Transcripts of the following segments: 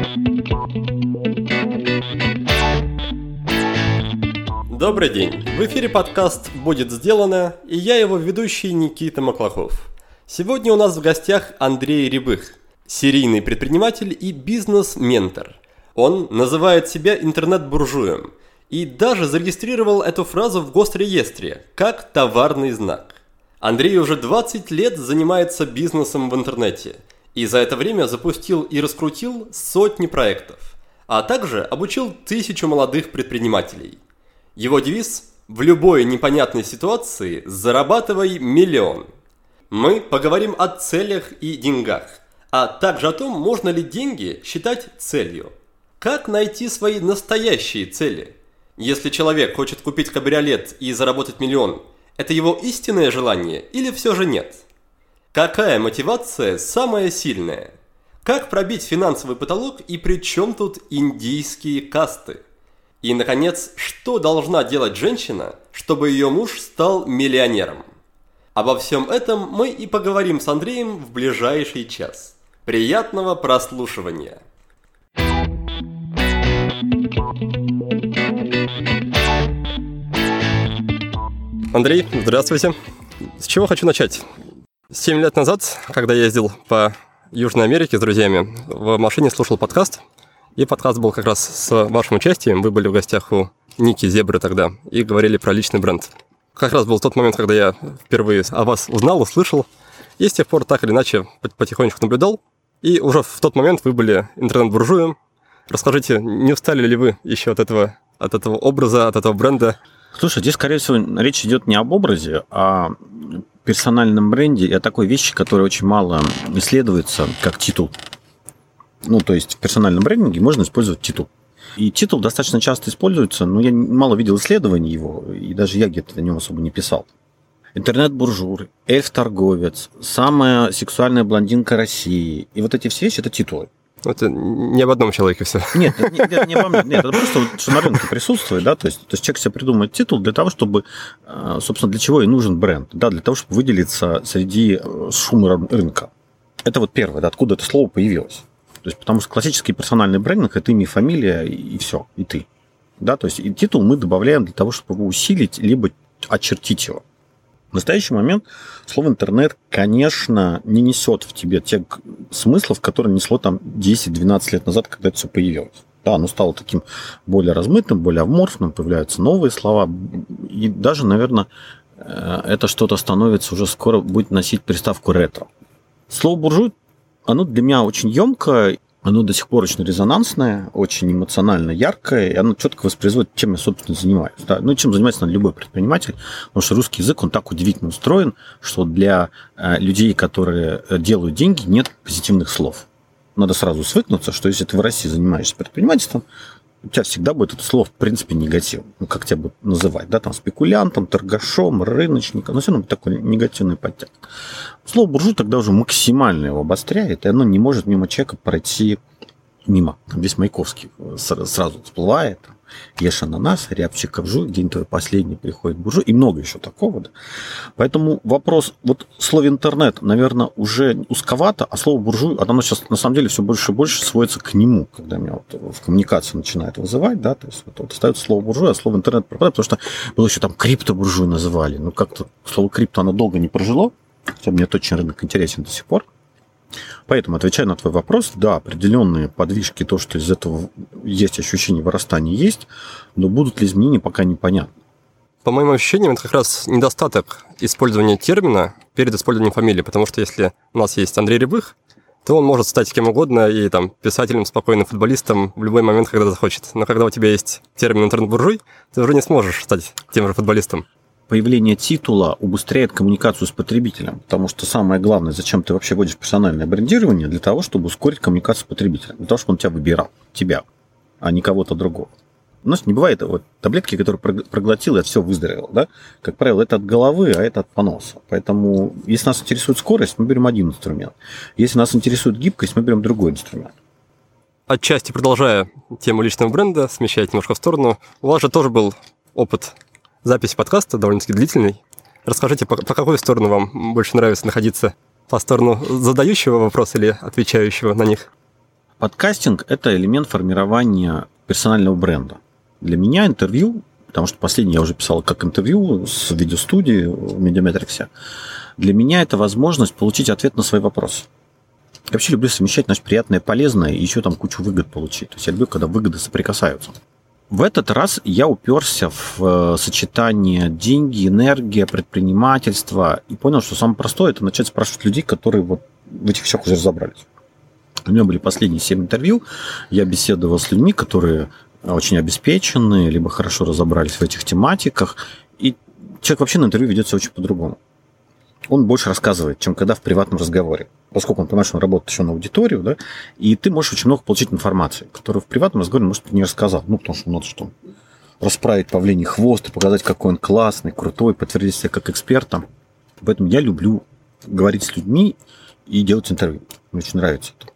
Добрый день! В эфире подкаст «Будет сделано» и я его ведущий Никита Маклахов. Сегодня у нас в гостях Андрей Рябых, серийный предприниматель и бизнес-ментор. Он называет себя интернет-буржуем и даже зарегистрировал эту фразу в Госреестре как товарный знак. Андрей уже 20 лет занимается бизнесом в интернете и за это время запустил и раскрутил сотни проектов, а также обучил 1000 молодых предпринимателей. Его девиз – в любой непонятной ситуации зарабатывай миллион. Мы поговорим о целях и деньгах, а также о том, можно ли деньги считать целью. Как найти свои настоящие цели? Если человек хочет купить кабриолет и заработать миллион, это его истинное желание или все же нет? Какая мотивация самая сильная? Как пробить финансовый потолок и при чем тут индийские касты? И, наконец, что должна делать женщина, чтобы ее муж стал миллионером? Обо всем этом мы и поговорим с Андреем в ближайший час. Приятного прослушивания! Андрей, здравствуйте. С чего хочу начать? 7 лет назад, когда я ездил по Южной Америке с друзьями, в машине слушал подкаст. И подкаст был как раз с вашим участием. Вы были в гостях у Ники Зебры тогда и говорили про личный бренд. Как раз был тот момент, когда я впервые о вас узнал, услышал. И с тех пор так или иначе потихонечку наблюдал. И уже в тот момент вы были интернет-буржуем. Расскажите, не устали ли вы еще от этого образа, от этого бренда? Слушай, здесь, скорее всего, речь идет не об образе, а о персональном бренде и о такой вещи, которая очень мало исследуется, как титул. То есть в персональном брендинге можно использовать титул. И титул достаточно часто используется, но я мало видел исследований его, и даже я где-то о нем особо не писал. Интернет-буржуй, эльф-торговец, самая сексуальная блондинка России. И вот эти все вещи – это титулы. Это не об одном человеке все. Нет, это не обо мне. Нет, это просто, что на рынке присутствует. Да? То есть человек себе придумает титул для того, чтобы, собственно, для чего и нужен бренд. Да? Для того, чтобы выделиться среди шума рынка. Это вот первое, да, откуда это слово появилось. То есть, потому что классический персональный брендинг – это имя, фамилия и все, и ты. Да? То есть, и титул мы добавляем для того, чтобы его усилить, либо очертить его. В настоящий момент слово «интернет», конечно, не несет в тебе тех смыслов, которые несло там 10-12 лет назад, когда это все появилось. Да, оно стало таким более размытым, более аморфным, появляются новые слова. И даже, наверное, это что-то становится уже скоро будет носить приставку «ретро». Слово «буржуй», оно для меня очень емкое, оно до сих пор очень резонансное, очень эмоционально яркое, и оно четко воспроизводит, чем я, собственно, занимаюсь. Да? Чем занимается любой предприниматель, потому что русский язык, он так удивительно устроен, что для людей, которые делают деньги, нет позитивных слов. Надо сразу свыкнуться, что если ты в России занимаешься предпринимательством, у тебя всегда будет это слово, в принципе, негативным. Как тебя будут называть, да, там, спекулянтом, торгашом, рыночником, все равно такой негативный подтекст. Слово «буржуй» тогда уже максимально его обостряет, и оно не может мимо человека пройти мимо. Там здесь Маяковский сразу всплывает. Ешь ананас, рябчиков жуй, день твой последний приходит буржуй, и много еще такого. Да. Поэтому вопрос, вот слово «интернет», наверное, уже узковато, а слово «буржуй», оно сейчас на самом деле все больше и больше сводится к нему, когда меня вот в коммуникации начинает вызывать, да, то есть вот остается слово «буржуй», а слово «интернет» пропадает, потому что было еще там крипто-буржуй называли, но как-то слово «крипто» оно долго не прожило, хотя мне точно рынок интересен до сих пор. Поэтому, отвечая на твой вопрос, да, определенные подвижки, то, что из этого есть ощущение вырастания, есть, но будут ли изменения, пока непонятно. По моим ощущениям, это как раз недостаток использования термина перед использованием фамилии, потому что если у нас есть Андрей Рябых, то он может стать кем угодно и там писателем, спокойным футболистом в любой момент, когда захочет. Но когда у тебя есть термин «интернет-буржуй», ты уже не сможешь стать тем же футболистом. Появление титула убыстряет коммуникацию с потребителем, потому что самое главное, зачем ты вообще вводишь персональное брендирование, для того, чтобы ускорить коммуникацию с потребителем, для того, чтобы он тебя выбирал, тебя, а не кого-то другого. У нас не бывает вот таблетки, которые проглотил и от всего выздоровел. Да? Как правило, это от головы, а это от поноса. Поэтому, если нас интересует скорость, мы берем один инструмент. Если нас интересует гибкость, мы берем другой инструмент. Отчасти продолжая тему личного бренда, смещаясь немножко в сторону, у вас же тоже был опыт записи подкаста, довольно-таки длительный. Расскажите, по какую сторону вам больше нравится находиться? По сторону задающего вопрос или отвечающего на них? Подкастинг – это элемент формирования персонального бренда. Для меня интервью, потому что последнее я уже писал как интервью с видеостудии в Медиаметриксе, для меня это возможность получить ответ на свои вопросы. Я вообще люблю совмещать, приятное и полезное, и еще там кучу выгод получить. То есть я люблю, когда выгоды соприкасаются. В этот раз я уперся в сочетание деньги, энергия, предпринимательство и понял, что самое простое – это начать спрашивать людей, которые вот в этих вещах уже разобрались. У меня были последние 7 интервью, я беседовал с людьми, которые очень обеспечены, либо хорошо разобрались в этих тематиках, и человек вообще на интервью ведет себя очень по-другому. Он больше рассказывает, чем когда в приватном разговоре. Поскольку он понимает, что он работает еще на аудиторию, да, и ты можешь очень много получить информации, которую в приватном разговоре, может, не рассказал. Потому что надо что расправить павлиний хвост и показать, какой он классный, крутой, подтвердить себя как эксперта. Поэтому я люблю говорить с людьми и делать интервью. Мне очень нравится это.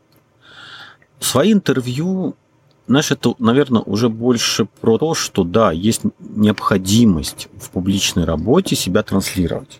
Свои интервью, это, наверное, уже больше про то, что, да, есть необходимость в публичной работе себя транслировать.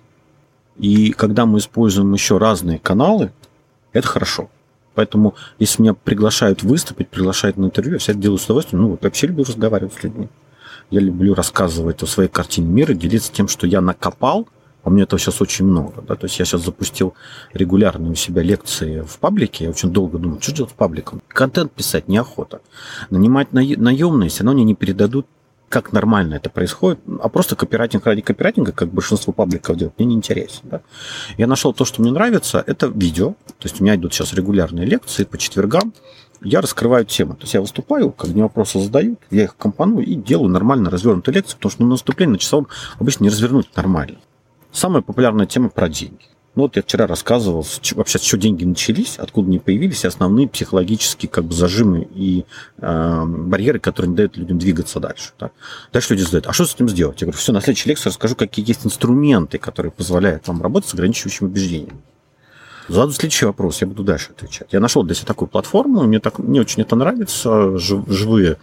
И когда мы используем еще разные каналы, это хорошо. Поэтому, если меня приглашают выступить, приглашают на интервью, я всегда это делаю с удовольствием. Я вообще люблю разговаривать с людьми. Я люблю рассказывать о своей картине мира, делиться тем, что я накопал. А у меня этого сейчас очень много. Да? То есть я сейчас запустил регулярные у себя лекции в паблике. Я очень долго думал, что делать с пабликом. Контент писать неохота. Нанимать наемные, все равно они не передадут, как нормально это происходит, а просто копирайтинг ради копирайтинга, как большинство пабликов делают, мне не интересен. Да? Я нашел то, что мне нравится, это видео. То есть у меня идут сейчас регулярные лекции по четвергам. Я раскрываю тему. То есть я выступаю, когда мне вопросы задают, я их компоную и делаю нормально развернутую лекцию, потому что на выступлении на часовом обычно не развернуть нормально. Самая популярная тема про деньги. Я вчера рассказывал, вообще, с чего деньги начались, откуда они появились, и основные психологические зажимы и барьеры, которые не дают людям двигаться дальше. Да? Дальше люди задают, а что с этим сделать? Я говорю, все, на следующей лекции расскажу, какие есть инструменты, которые позволяют вам работать с ограничивающими убеждениями. Задаю следующий вопрос, я буду дальше отвечать. Я нашел для себя такую платформу, мне очень это нравится, живые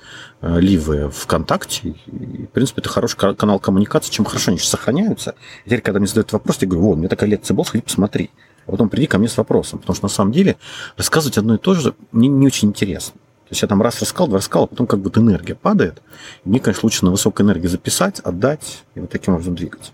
ливы ВКонтакте. И, в принципе, это хороший канал коммуникации, чем хорошо они сохраняются. И теперь, когда мне задают вопрос, я говорю, у меня такая лекция была, сходи посмотри. А потом приди ко мне с вопросом, потому что на самом деле рассказывать одно и то же мне не очень интересно. То есть я там раз рассказал, два рассказал, а потом энергия падает. И мне, конечно, лучше на высокой энергии записать, отдать и вот таким образом двигаться.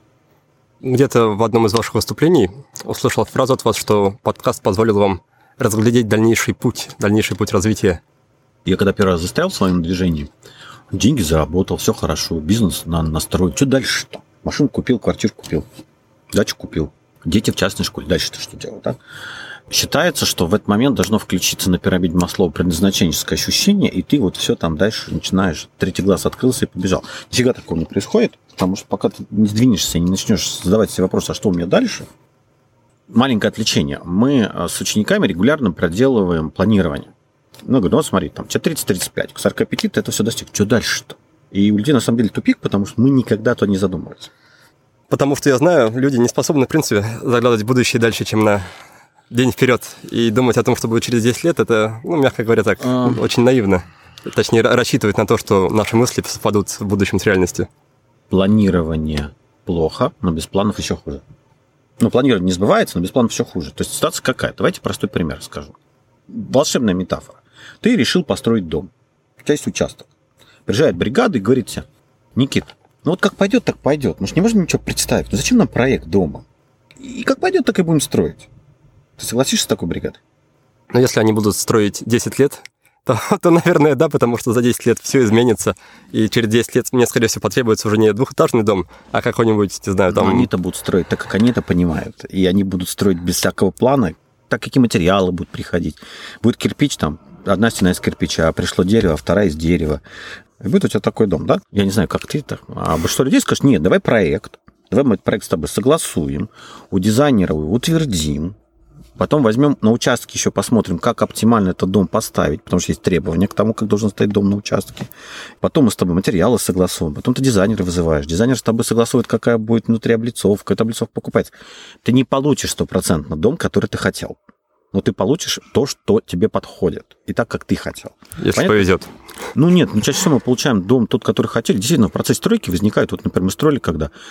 Где-то в одном из ваших выступлений услышал фразу от вас, что подкаст позволил вам разглядеть дальнейший путь развития. Я когда первый раз застрял в своем движении, деньги заработал, все хорошо, бизнес настроен. Что дальше-то? Машину купил, квартиру купил, дачу купил, дети в частной школе. Дальше-то что делать, да? Считается, что в этот момент должно включиться на пирамиде Маслоу предназначенческое ощущение, и ты все там дальше начинаешь, третий глаз открылся и побежал. Нифига такого не происходит, потому что пока ты не сдвинешься и не начнешь задавать себе вопрос, а что у меня дальше? Маленькое отвлечение. Мы с учениками регулярно проделываем планирование. Говорю, смотри, там, тебе 30-35, к 45 ты это все достиг. Что дальше-то? И у людей на самом деле тупик, потому что мы никогда то не задумывались. Потому что я знаю, люди не способны, в принципе, заглядывать в будущее дальше, чем на день вперед. И думать о том, что будет через 10 лет, это, мягко говоря, так, очень наивно. Точнее, рассчитывать на то, что наши мысли совпадут в будущем с реальностью. Планирование плохо, но без планов еще хуже. Планирование не сбывается, но без планов еще хуже. То есть ситуация какая? Давайте простой пример скажу. Волшебная метафора. Ты решил построить дом. У тебя есть участок. Приезжает бригада и говорит тебе, Никит, как пойдет, так пойдет. Мы же не можем ничего представить. Зачем нам проект дома? И как пойдет, так и будем строить. Ты согласишься с такой бригадой? Но если они будут строить 10 лет, то, наверное, да, потому что за 10 лет все изменится, и через 10 лет мне, скорее всего, потребуется уже не двухэтажный дом, а какой-нибудь, не знаю, там... Но они-то будут строить так, как они это понимают, и они будут строить без всякого плана, так, какие материалы будут приходить. Будет кирпич там, одна стена из кирпича, а пришло дерево, вторая из дерева. И будет у тебя такой дом, да? Я не знаю, как ты это. А большинство людей скажет, нет, давай проект, давай мы этот проект с тобой согласуем, у дизайнера его утвердим, потом возьмем на участке еще посмотрим, как оптимально этот дом поставить, потому что есть требования к тому, как должен стоять дом на участке. Потом мы с тобой материалы согласуем, потом ты дизайнера вызываешь. Дизайнер с тобой согласует, какая будет внутри облицовка, эта облицовка покупается. Ты не получишь 100% дом, который ты хотел, но ты получишь то, что тебе подходит, и так, как ты хотел. Если понятно? Повезет. Нет, чаще всего мы получаем дом тот, который хотели. Действительно, в процессе стройки возникает, например, мы строили, когда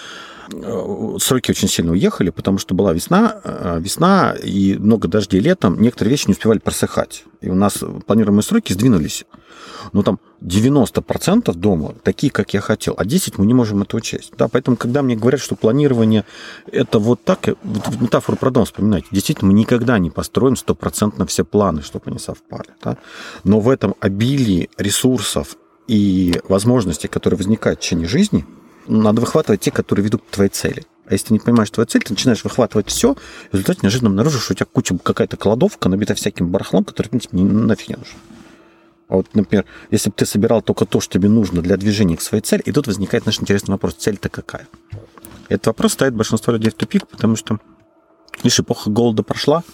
сроки очень сильно уехали, потому что была весна и много дождей летом, некоторые вещи не успевали просыхать. И у нас планируемые сроки сдвинулись. Но там 90% дома такие, как я хотел, а 10% мы не можем это учесть. Да? Поэтому, когда мне говорят, что планирование это вот так, вот метафору про дом вспоминайте, действительно, мы никогда не построим 100% все планы, чтобы они совпали. Да? Но в этом обилии ресурсов и возможностей, которые возникают в течение жизни, надо выхватывать те, которые ведут к твоей цели. А если ты не понимаешь твою цель, ты начинаешь выхватывать все, и в результате неожиданно обнаружишь, что у тебя куча, какая-то кладовка набита всяким барахлом, который, в принципе, нафиг не нужен. А вот, например, если бы ты собирал только то, что тебе нужно для движения к своей цели, и тут возникает наш интересный вопрос, цель-то какая? Этот вопрос ставит большинство людей в тупик, потому что, видишь, эпоха голода прошла,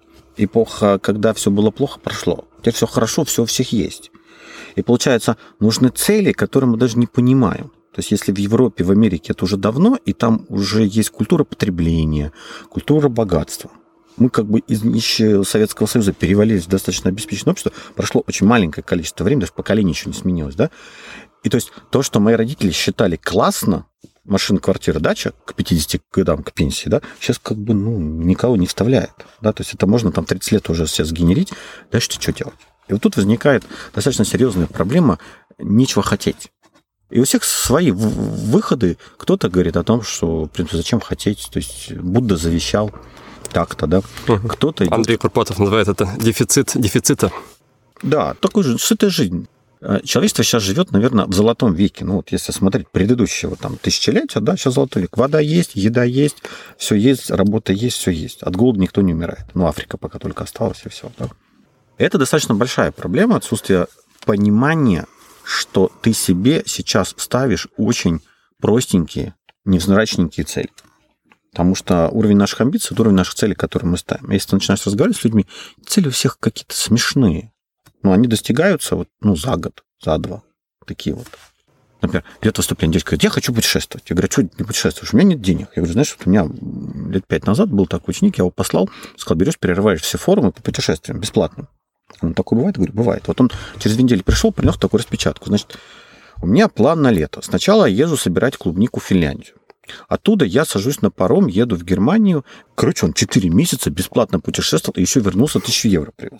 эпоха, когда все было плохо, прошло. Теперь все хорошо, все у всех есть. И получается, нужны цели, которые мы даже не понимаем. То есть если в Европе, в Америке это уже давно, и там уже есть культура потребления, культура богатства. Мы как бы из Советского Союза перевалились в достаточно обеспеченное общество, прошло очень маленькое количество времени, даже поколение еще не сменилось, да? И то есть то, что мои родители считали классно, машина, квартира, дача к 50 годам, к пенсии, да, сейчас как бы, никого не вставляет, да? То есть это можно там 30 лет уже все сгенерить, дальше что делать? И вот тут возникает достаточно серьезная проблема нечего хотеть. И у всех свои выходы. Кто-то говорит о том, что, в принципе, зачем хотеть, то есть Будда завещал так-то, да. Кто-то Андрей Курпатов называет это дефицит дефицита. Да, такой же сытая жизнь. Человечество сейчас живет, наверное, в золотом веке. Ну, вот если смотреть предыдущего там тысячелетия, да, сейчас золотой век. Вода есть, еда есть, все есть, работа есть, все есть. От голода никто не умирает. Ну, Африка пока только осталась, и все. Да. Это достаточно большая проблема, отсутствие понимания, что ты себе сейчас ставишь очень простенькие, невзрачненькие цели. Потому что уровень наших амбиций – это уровень наших целей, которые мы ставим. Если ты начинаешь разговаривать с людьми, цели у всех какие-то смешные. Но они достигаются за год, за два. Такие вот. Например, идет выступление, дядька говорит, я хочу путешествовать. Я говорю, что не путешествуешь? У меня нет денег. Я говорю, знаешь, вот у меня лет 5 назад был такой ученик, я его послал, сказал, берешь, перерываешь все форумы по путешествиям бесплатно. Он такой бывает? Я говорю, бывает. Вот он через 2 недели пришел, принес такую распечатку. Значит, у меня план на лето. Сначала я езжу собирать клубнику в Финляндию. Оттуда я сажусь на паром, еду в Германию. Короче, он 4 месяца бесплатно путешествовал и еще вернулся, 1000 евро привез.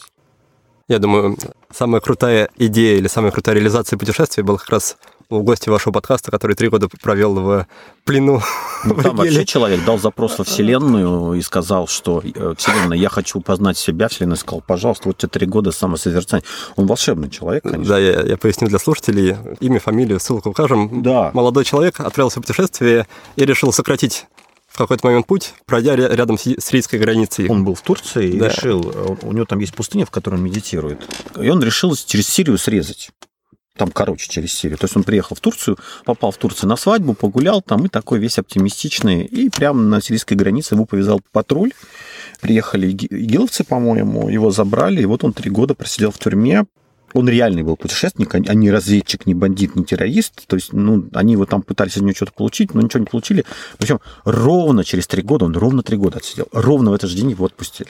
Я думаю, самая крутая идея или самая крутая реализация путешествия была как раз у гостя вашего подкаста, который 3 года провел в плену. Там вообще человек дал запрос во Вселенную и сказал, что Вселенная, я хочу познать себя. Вселенная сказала, пожалуйста, вот тебе 3 года самосозерцания. Он волшебный человек, конечно. Да, я поясню для слушателей. Имя, фамилию, ссылку укажем. Да. Молодой человек отправился в путешествие и решил сократить в какой-то момент путь, пройдя рядом с сирийской границей. Он был в Турции и решил, у него там есть пустыня, в которой он медитирует, и он решил через Сирию срезать. Там, через Сирию. То есть он приехал в Турцию, попал в Турцию на свадьбу, погулял там, и такой весь оптимистичный, и прямо на сирийской границе его повязал патруль. Приехали игиловцы, по-моему, его забрали, и вот он 3 года просидел в тюрьме. Он реальный был путешественник, а не разведчик, не бандит, не террорист. То есть, они его там пытались от него что-то получить, но ничего не получили. Причем ровно через 3 года, он ровно 3 года отсидел. Ровно в этот же день его отпустили.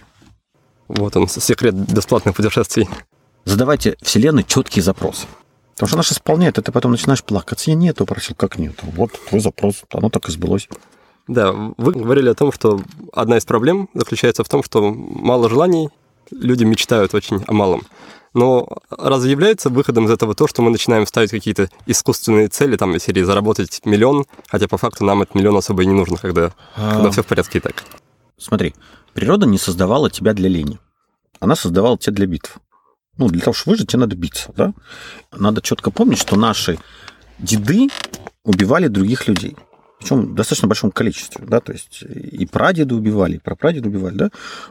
Вот он, секрет бесплатных путешествий. Задавайте Вселенной четкие запросы. Потому что она же исполняет, и ты потом начинаешь плакаться. Я не это просил, как нет. Вот твой запрос, оно так и сбылось. Да, вы говорили о том, что одна из проблем заключается в том, что мало желаний, люди мечтают очень о малом. Но разве является выходом из этого то, что мы начинаем ставить какие-то искусственные цели, там, из серии заработать 1 миллион, хотя по факту нам этот 1 миллион особо и не нужно, когда все в порядке и так? Смотри, природа не создавала тебя для лени. Она создавала тебя для битв. Для того, чтобы выжить, тебе надо биться, да? Надо четко помнить, что наши деды убивали других людей. Причем в достаточно большом количестве, да? То есть и прадеды убивали, и прапрадеды убивали, да?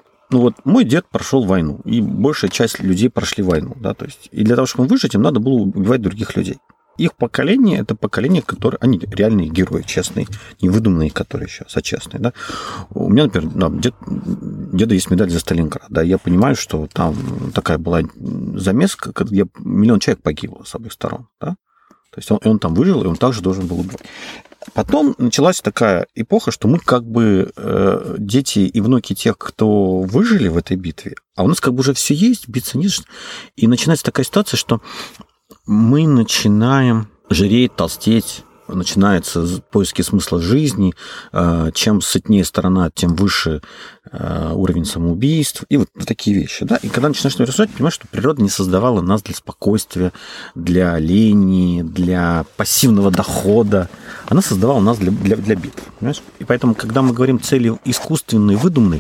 Мой дед прошел войну, и большая часть людей прошли войну, да? То есть и для того, чтобы выжить, им надо было убивать других людей. Их поколение – это поколение, которые... Они реальные герои, честные, не выдуманные, которые еще сочестные. Да? У меня, например, деда есть медаль за Сталинград. Да? Я понимаю, что там такая была замеска, когда 1 миллион человек погибло с обеих сторон. Да? То есть он там выжил, и он также должен был убивать. Потом началась такая эпоха, что мы как бы дети и внуки тех, кто выжили в этой битве, а у нас как бы уже все есть, биться не за что. И начинается такая ситуация, что мы начинаем жиреть, толстеть, начинается поиски смысла жизни. Чем сытнее сторона, тем выше уровень самоубийств. И вот такие вещи. Да? И когда начинаешь рассуждать, понимаешь, что природа не создавала нас для спокойствия, для лени, для пассивного дохода. Она создавала нас для битв. Понимаешь? И поэтому, когда мы говорим цели искусственные, выдуманные,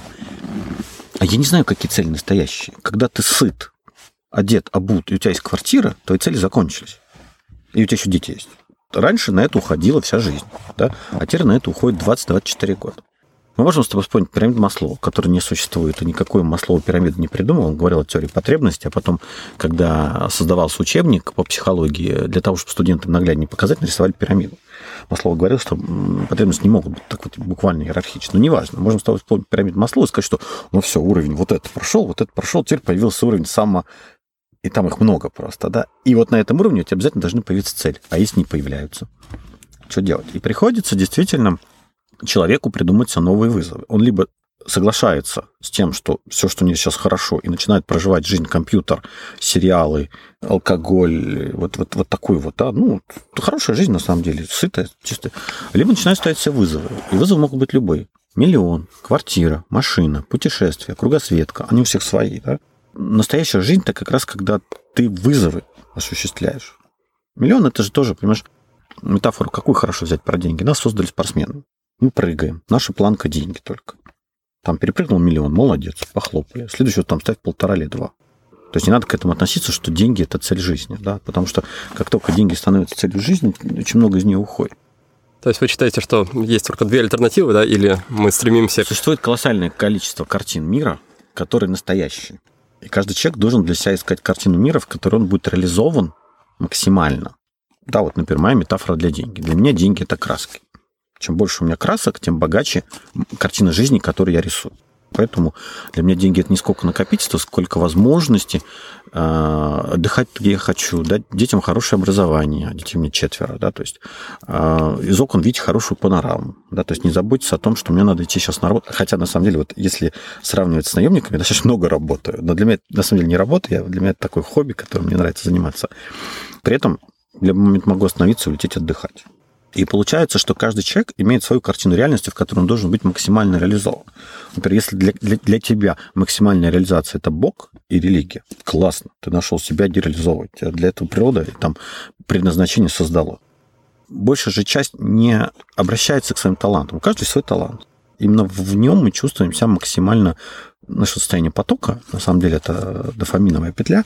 а я не знаю, какие цели настоящие. Когда ты сыт, одет, обут, и у тебя есть квартира, твои цели закончились. И у тебя еще дети есть. Раньше на это уходила вся жизнь, да? А теперь на это уходит 20-24 года. Мы можем с тобой вспомнить пирамиду Маслоу, которая не существует, и никакой Маслоу пирамиду не придумал. Он говорил о теории потребностей, а потом, когда создавался учебник по психологии, для того, чтобы студентам нагляднее показать, нарисовали пирамиду. Маслоу говорил, что потребности не могут быть так вот буквально иерархичны. Но неважно. Можем с тобой вспомнить пирамиду Маслоу и сказать, что ну все, уровень вот это прошел, теперь появился уровень и там их много просто, да. И вот на этом уровне у тебя обязательно должны появиться цели. А если не появляются, что делать? И приходится действительно человеку придумать себе новые вызовы. Он либо соглашается с тем, что все, что у него сейчас хорошо, и начинает проживать жизнь, компьютер, сериалы, алкоголь, вот такой вот, да, ну, хорошая жизнь на самом деле, сытая, чистая. Либо начинает ставить себе вызовы. И вызовы могут быть любые. Миллион, квартира, машина, путешествие, кругосветка. Они у всех свои, да. Настоящая жизнь – это как раз когда ты вызовы осуществляешь. Миллион – это же тоже, понимаешь, метафору какую хорошо взять про деньги. Нас создали спортсмены. Мы прыгаем. Наша планка – деньги только. Там перепрыгнул миллион, молодец, похлопали. Следующего там ставь 1,5 или 2. То есть не надо к этому относиться, что деньги – это цель жизни. Да? Потому что как только деньги становятся целью жизни, очень много из нее уходит. То есть вы считаете, что есть только две альтернативы, да, или мы стремимся... Существует колоссальное количество картин мира, которые настоящие. И каждый человек должен для себя искать картину мира, в которой он будет реализован максимально. Да, вот, например, моя метафора для денег. Для меня деньги – это краски. Чем больше у меня красок, тем богаче картина жизни, которую я рисую. Поэтому для меня деньги – это не сколько накопительства, сколько возможности отдыхать, где я хочу, дать детям хорошее образование. Детей у меня 4, да, то есть из окон видеть хорошую панораму. Да, то есть не заботиться о том, что мне надо идти сейчас на работу. Хотя, на самом деле, вот если сравнивать с наемниками, я достаточно много работаю. Но для меня это, на самом деле, не работа, для меня это такое хобби, которым мне нравится заниматься. При этом в любой момент могу остановиться и улететь отдыхать. И получается, что каждый человек имеет свою картину реальности, в которой он должен быть максимально реализован. Например, если для тебя максимальная реализация – это Бог и религия, классно, ты нашел себя, где реализовывать. Для этого природа там предназначение создало. Большая же часть не обращается к своим талантам. У каждого свой талант. Именно в нем мы чувствуем себя максимально, наше состояние потока, на самом деле это дофаминовая петля,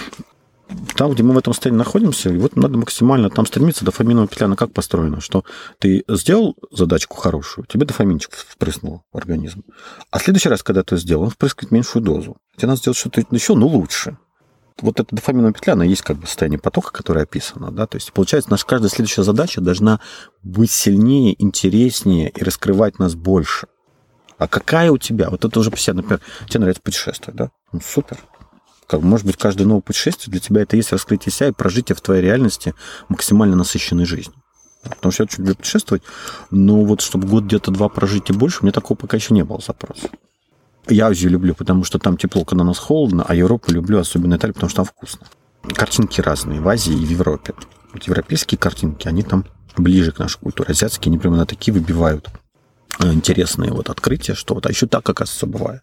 там, где мы в этом состоянии находимся, и вот надо максимально там стремиться. Дофаминовая петля, она как построена? Что ты сделал задачку хорошую, тебе дофаминчик впрыснул в организм. А в следующий раз, когда ты сделал, он впрыскивает меньшую дозу. Тебе надо сделать что-то еще, но лучше. Вот эта дофаминовая петля, она есть как бы состояние потока, которое описано. Да? То есть, получается, наша каждая следующая задача должна быть сильнее, интереснее и раскрывать нас больше. А какая у тебя? Вот это уже по себе, например, тебе нравится путешествовать, да? Ну, супер. Как, может быть, каждое новое путешествие для тебя это есть раскрытие себя и прожитие в твоей реальности максимально насыщенной жизнью. Потому что я очень люблю путешествовать, но вот чтобы год где-то 2 прожить и больше, у меня такого пока еще не было запроса. Я Азию люблю, потому что там тепло, когда у нас холодно, а Европу люблю, особенно Италию, потому что там вкусно. Картинки разные в Азии и в Европе. Вот европейские картинки, они там ближе к нашей культуре. Азиатские, они прямо на такие выбивают интересные вот открытия, что вот, а еще так, оказывается, бывает.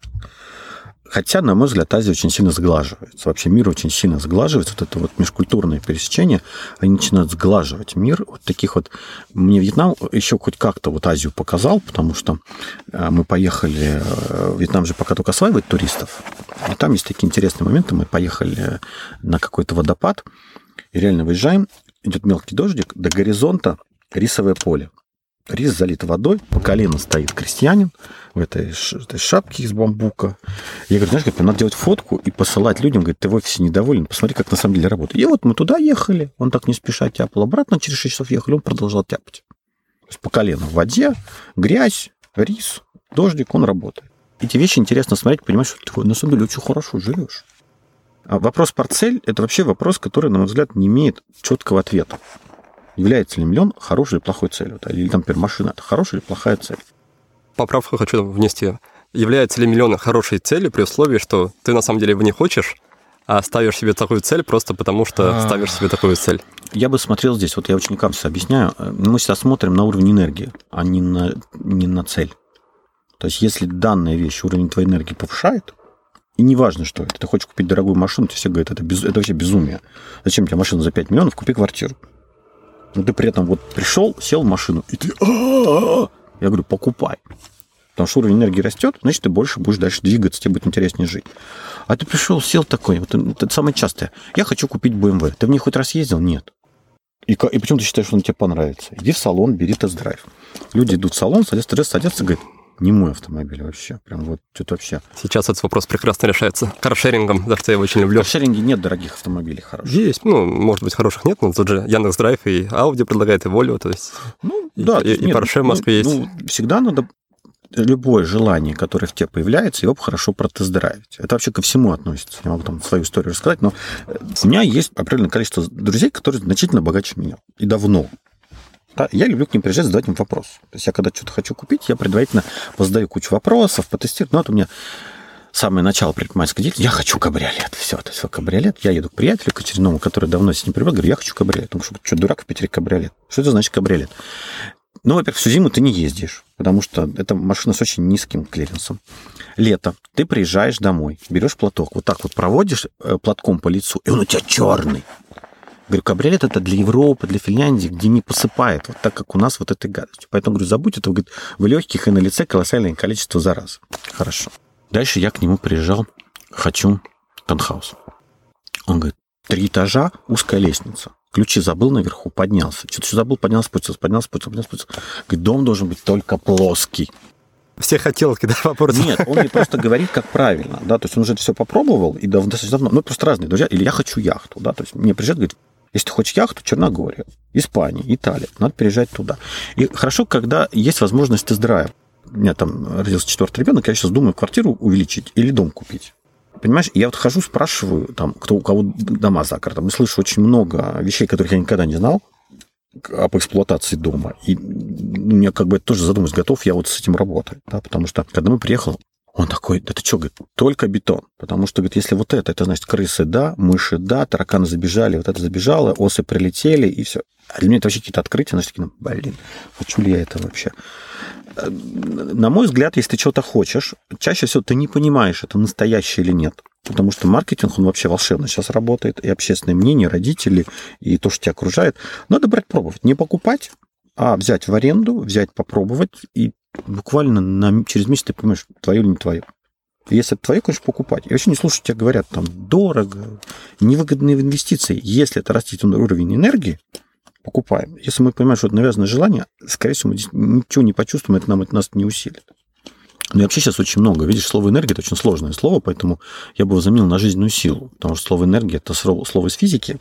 Хотя, на мой взгляд, Азия очень сильно сглаживается. Вообще мир очень сильно сглаживается. Вот это вот межкультурное пересечение, они начинают сглаживать мир. Вот таких вот... Мне Вьетнам еще хоть как-то вот Азию показал, потому что мы поехали... Вьетнам же пока только осваивает туристов. И там есть такие интересные моменты. Мы поехали на какой-то водопад, и реально выезжаем, идет мелкий дождик, до горизонта рисовое поле. Рис залит водой, по колено стоит крестьянин в этой шапке из бамбука. Я говорю, знаешь, надо делать фотку и посылать людям, говорит, ты в офисе недоволен, посмотри, как на самом деле работает. И вот мы туда ехали, он так не спеша тяпал, обратно через 6 часов ехали, он продолжал тяпать. То есть по колено в воде, грязь, рис, дождик, он работает. Эти вещи интересно смотреть, понимаешь, что ты на самом деле очень хорошо живешь. А вопрос портцель – это вообще вопрос, который, на мой взгляд, не имеет четкого ответа. Является ли миллион хорошей или плохой целью? Или, например, машина – это хорошая или плохая цель? Поправку хочу внести. Является ли миллион хорошей целью при условии, что ты на самом деле его не хочешь, а ставишь себе такую цель просто потому, что ставишь себе такую цель? Я бы смотрел здесь, вот я ученикам все объясняю, мы сейчас смотрим на уровень энергии, а не на цель. То есть, если данная вещь, уровень твоей энергии повышает, и неважно, что это, ты хочешь купить дорогую машину, тебе все говорят, это вообще безумие. Зачем тебе машина за 5 миллионов, купи квартиру. Но ты при этом вот пришел, сел в машину, и ты... Я говорю, покупай. Потому что уровень энергии растет, значит, ты больше будешь дальше двигаться, тебе будет интереснее жить. А ты пришел, сел такой, вот это самое частое. Я хочу купить BMW. Ты в ней хоть раз ездил? Нет. И почему ты считаешь, что он тебе понравится? Иди в салон, бери тест-драйв. Люди идут в салон, садятся и говорят, не мой автомобиль вообще. Прям вот что-то вообще. Сейчас этот вопрос прекрасно решается каршерингом, за что я его очень люблю. В каршеринге нет дорогих автомобилей хороших. Есть, может быть, хороших нет, но тут же Яндекс.Драйв и Audi предлагает, и Volvo, то есть и Porsche в Москве есть. Всегда надо любое желание, которое в тебе появляется, его хорошо протест-драйвить. Это вообще ко всему относится. Я могу там свою историю рассказать, но у меня есть определенное количество друзей, которые значительно богаче меня. И давно. Да, я люблю к ним приезжать, задавать им вопрос. То есть я когда что-то хочу купить, я предварительно задаю кучу вопросов, потестирую. Ну, вот у меня самое начало предпринимательской деятельности. Я хочу кабриолет. Все, то есть кабриолет. Я еду к приятелю, к очередному, который давно с ним привык, говорю, я хочу кабриолет. Потому что, что дурак в Питере кабриолет? Что это значит кабриолет? Ну, во-первых, всю зиму ты не ездишь, потому что это машина с очень низким клиренсом. Лето. Ты приезжаешь домой, берешь платок, вот так вот проводишь платком по лицу, и он у тебя черный. Говорю, кабриолет это для Европы, для Финляндии, где не посыпает, вот так, как у нас вот этой гадостью. Поэтому, говорю, забудь это, говорит, в легких и на лице колоссальное количество зараз. Хорошо. Дальше я к нему приезжал, хочу пентхаус. Он говорит, 3 этажа, узкая лестница. Ключи забыл наверху, поднялся. Что-то еще забыл, поднялся. Говорит, дом должен быть только плоский. Все хотелки, да, вопрос? Нет, он мне просто говорит, как правильно, да, то есть он уже это все попробовал, и достаточно давно, ну, просто разные друзья, или я хочу яхту, да, то есть мне приезжает, говорит, если ты хочешь яхту, Черногория, Испания, Италия, надо переезжать туда. И хорошо, когда есть возможность тест-драйва. У меня там родился 4-й ребенок, я сейчас думаю, квартиру увеличить или дом купить. Понимаешь, я вот хожу, спрашиваю, там, у кого дома за городом, и слышу очень много вещей, которых я никогда не знал об эксплуатации дома. И мне как бы тоже задумаюсь, готов я вот с этим работать. Да? Потому что, когда мы приехали, он такой, да ты что, говорит, только бетон. Потому что, говорит, если вот это значит крысы, да, мыши, да, тараканы забежали, вот это забежало, осы прилетели, и все. А для меня это вообще какие-то открытия, значит, такие, блин, хочу ли я это вообще? На мой взгляд, если ты чего-то хочешь, чаще всего ты не понимаешь, это настоящее или нет. Потому что маркетинг, он вообще волшебно сейчас работает, и общественное мнение, родители, и то, что тебя окружает. Надо брать, пробовать. Не покупать, а взять в аренду, взять, попробовать, и буквально через месяц ты понимаешь, твое или не твое. Если это твое, конечно, покупать. И вообще не слушать, тебя говорят, там, дорого, невыгодные инвестиции. Если это растить уровень энергии, покупаем. Если мы понимаем, что это навязанное желание, скорее всего, мы ничего не почувствуем, это нас не усилит. Ну и вообще сейчас очень много. Видишь, слово энергия – это очень сложное слово, поэтому я бы его заменил на жизненную силу. Потому что слово энергия – это слово из физики,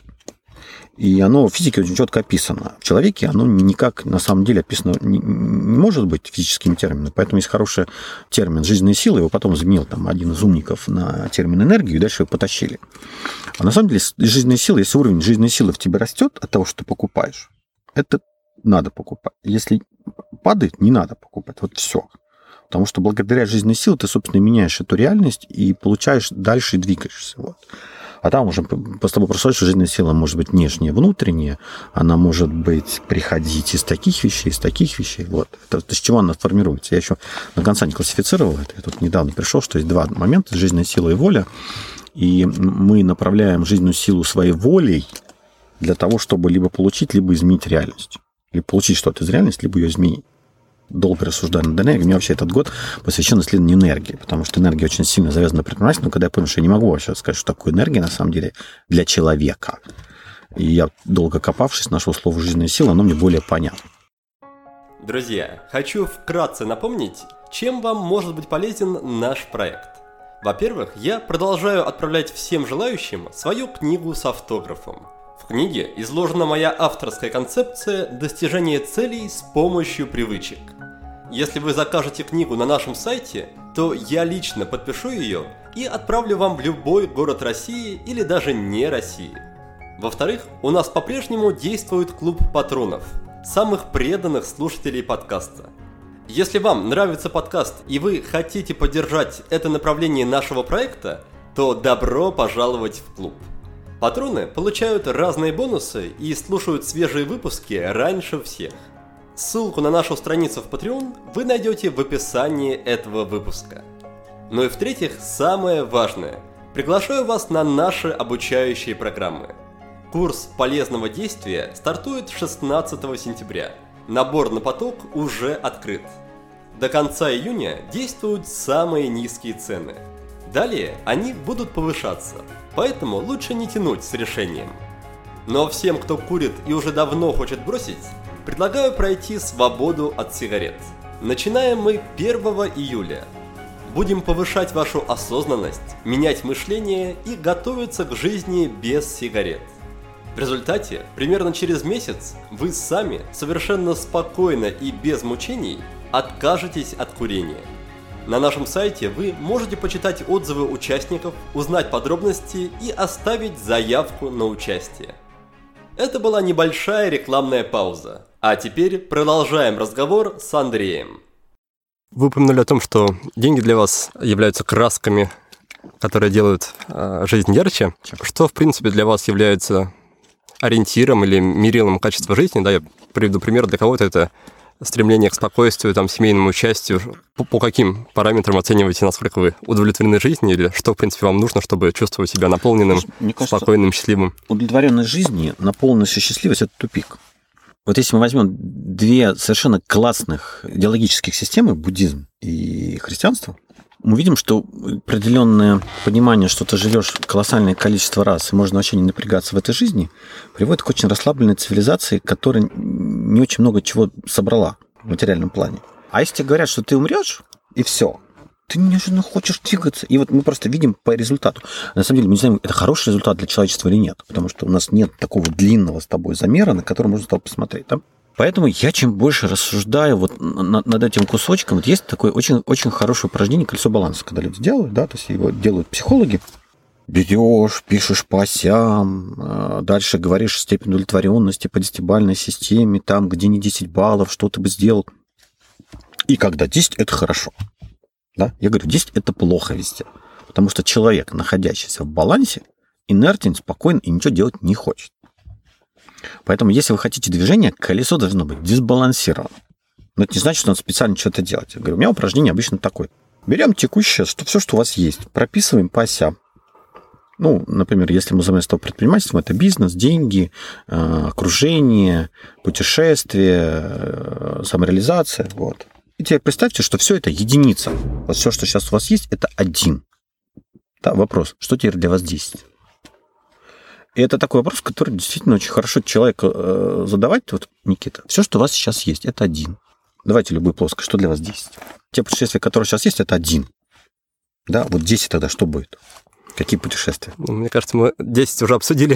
и оно в физике очень четко описано. В человеке оно никак на самом деле описано не может быть физическими терминами. Поэтому есть хороший термин жизненная сила, его потом заменил там один из умников на термин энергию, и дальше его потащили. А на самом деле жизненная сила, если уровень жизненной силы в тебе растет от того, что ты покупаешь, это надо покупать. Если падает, не надо покупать. Вот все. Потому что благодаря жизненной силе ты, собственно, меняешь эту реальность и получаешь дальше и двигаешься. Вот. А там уже с тобой просто что жизненная сила может быть внешняя, внутренняя, она может быть приходить из таких вещей. Вот. Это с чего она формируется. Я еще до конца не классифицировал это. Я тут недавно пришел, что есть 2 момента: жизненная сила и воля. И мы направляем жизненную силу своей волей для того, чтобы либо получить, либо изменить реальность. Либо получить что-то из реальности, либо ее изменить. Долго рассуждаю над энергией. Мне вообще этот год посвящен исследованию энергии, потому что энергия очень сильно завязана на предпринимательстве. Но когда я понял, что я не могу вообще сказать, что такое энергия на самом деле для человека, и я, долго копавшись, нашел слово «жизненная сила», оно мне более понятно. Друзья, хочу вкратце напомнить, чем вам может быть полезен наш проект. Во-первых, я продолжаю отправлять всем желающим свою книгу с автографом. В книге изложена моя авторская концепция достижения целей с помощью привычек. Если вы закажете книгу на нашем сайте, то я лично подпишу ее и отправлю вам в любой город России или даже не России. Во-вторых, у нас по-прежнему действует клуб патронов, самых преданных слушателей подкаста. Если вам нравится подкаст и вы хотите поддержать это направление нашего проекта, то добро пожаловать в клуб. Патроны получают разные бонусы и слушают свежие выпуски раньше всех. Ссылку на нашу страницу в Patreon вы найдете в описании этого выпуска. Ну и в-третьих, самое важное. Приглашаю вас на наши обучающие программы. Курс полезного действия стартует 16 сентября. Набор на поток уже открыт. До конца июня действуют самые низкие цены. Далее они будут повышаться, поэтому лучше не тянуть с решением. Но всем, кто курит и уже давно хочет бросить, предлагаю пройти свободу от сигарет. Начинаем мы 1 июля. Будем повышать вашу осознанность, менять мышление и готовиться к жизни без сигарет. В результате, примерно через месяц, вы сами, совершенно спокойно и без мучений, откажетесь от курения. На нашем сайте вы можете почитать отзывы участников, узнать подробности и оставить заявку на участие. Это была небольшая рекламная пауза. А теперь продолжаем разговор с Андреем. Вы упомянули о том, что деньги для вас являются красками, которые делают жизнь ярче. Что, в принципе, для вас является ориентиром или мерилом качества жизни? Да, я приведу пример. Для кого-то это стремление к спокойствию, семейному участию. По каким параметрам оцениваете, насколько вы удовлетворены жизнью, или что, в принципе, вам нужно, чтобы чувствовать себя наполненным, мне кажется, спокойным, счастливым? Удовлетворенность жизни, наполненность и счастливость – это тупик. Вот если мы возьмем две совершенно классных идеологических системы, буддизм и христианство, мы видим, что определенное понимание, что ты живешь колоссальное количество раз, и можно вообще не напрягаться в этой жизни, приводит к очень расслабленной цивилизации, которая не очень много чего собрала в материальном плане. А если тебе говорят, что ты умрешь, и все, ты неожиданно хочешь двигаться. И вот мы просто видим по результату. На самом деле мы не знаем, это хороший результат для человечества или нет, потому что у нас нет такого длинного с тобой замера, на который можно с тобой посмотреть. Да? Поэтому я чем больше рассуждаю вот над этим кусочком, вот есть такое очень, очень хорошее упражнение «Колесо баланса», когда люди делают, да, то есть его делают психологи. Берешь, пишешь по осям, дальше говоришь степень удовлетворенности по 10-бальной системе, там, где не 10 баллов, что ты бы сделал. И когда 10 – это хорошо. Да? Я говорю, 10 – это плохо везде. Потому что человек, находящийся в балансе, инертен, спокоен и ничего делать не хочет. Поэтому, если вы хотите движения, колесо должно быть дисбалансировано. Но это не значит, что надо специально что-то делать. Я говорю, у меня упражнение обычно такое. Берем текущее, все, что у вас есть, прописываем по осям. Ну, например, если мы занимаемся предпринимательством, это бизнес, деньги, окружение, путешествие, самореализация. Вот. И теперь представьте, что все это единица. Вот все, что сейчас у вас есть, это 1. Да, вопрос, что теперь для вас 10? И это такой вопрос, который действительно очень хорошо человеку задавать. Вот, Никита, все, что у вас сейчас есть, это 1. Давайте любую плоскость. Что для вас 10? Те путешествия, которые сейчас есть, это 1. Да, вот 10 тогда что будет? Какие путешествия? Мне кажется, мы 10 уже обсудили.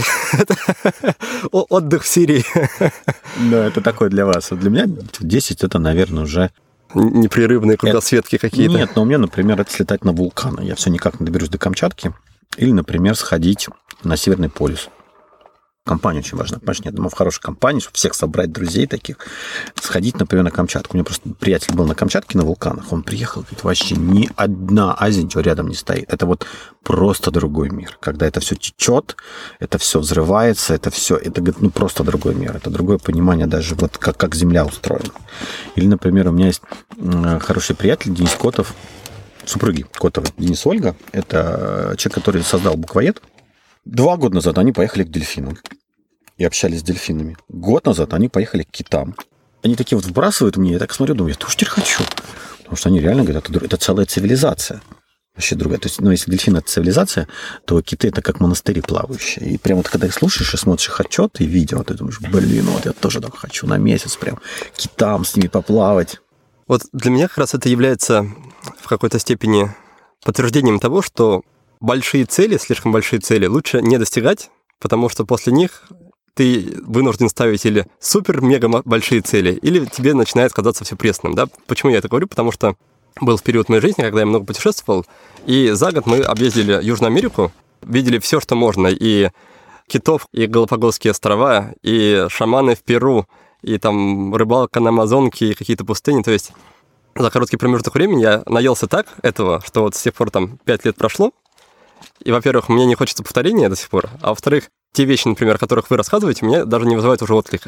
Отдых в Сирии. Да, это такое для вас. Для меня 10 это, наверное, уже... Непрерывные кругосветки какие-то. Нет, но у меня, например, это слетать на вулканы. Я все никак не доберусь до Камчатки. Или, например, сходить на Северный полюс. Компания очень важна. Понимаешь, я думаю, в хорошей компании, чтобы всех собрать друзей таких, сходить, например, на Камчатку. У меня просто приятель был на Камчатке на вулканах. Он приехал, говорит, вообще ни одна Азия ничего рядом не стоит. Это вот просто другой мир. Когда это все течет, это все взрывается, это все, это, говорит, просто другой мир. Это другое понимание даже, вот как Земля устроена. Или, например, у меня есть хороший приятель Денис Котов, супруги Котовы, Денис и Ольга. Это человек, который создал буквоед. 2 года назад они поехали к дельфинам и общались с дельфинами. Год назад они поехали к китам. Они такие вот вбрасывают мне, я так смотрю, думаю, я тоже теперь хочу. Потому что они реально говорят, это целая цивилизация. Вообще другая. То есть, если дельфин – это цивилизация, то киты – это как монастыри плавающие. И прямо вот когда их слушаешь и смотришь их отчеты и видео, ты думаешь, вот я тоже так хочу на месяц прям китам с ними поплавать. Вот для меня как раз это является в какой-то степени подтверждением того, что большие цели, слишком большие цели, лучше не достигать, потому что после них ты вынужден ставить или супер-мега большие цели, или тебе начинает казаться все пресным. Да? Почему я это говорю? Потому что был в период моей жизни, когда я много путешествовал, и за год мы объездили Южную Америку, видели все, что можно, и китов, и Галапагосские острова, и шаманы в Перу, и там рыбалка на Амазонке, и какие-то пустыни. То есть за короткий промежуток времени я наелся так этого, что вот с тех пор 5 лет прошло, И, во-первых, мне не хочется повторения до сих пор, а во-вторых, те вещи, например, о которых вы рассказываете, меня даже не вызывают уже отклика.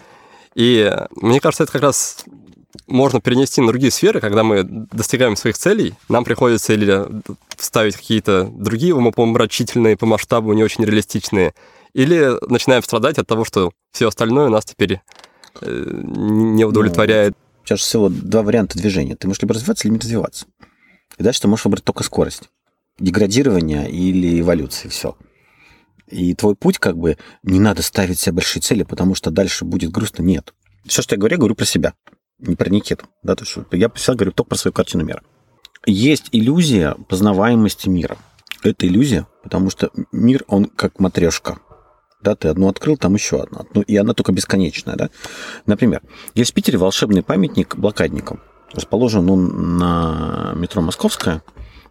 И мне кажется, это как раз можно перенести на другие сферы, когда мы достигаем своих целей, нам приходится или ставить какие-то другие умопомрачительные по масштабу, не очень реалистичные, или начинаем страдать от того, что все остальное нас теперь не удовлетворяет. Чаще всего два варианта движения. Ты можешь либо развиваться, либо не развиваться. И дальше ты можешь выбрать только скорость. Деградирование или эволюция, все. И твой путь не надо ставить себе большие цели, потому что дальше будет грустно. Нет. Все, что я говорю про себя. Не про Никиту. Да, то есть я всегда говорю только про свою картину мира. Есть иллюзия познаваемости мира. Это иллюзия, потому что мир, он как матрешка. Да, ты одну открыл, там еще одна. И она только бесконечная. Да? Например, есть в Питере волшебный памятник блокадникам. Расположен он на метро Московская.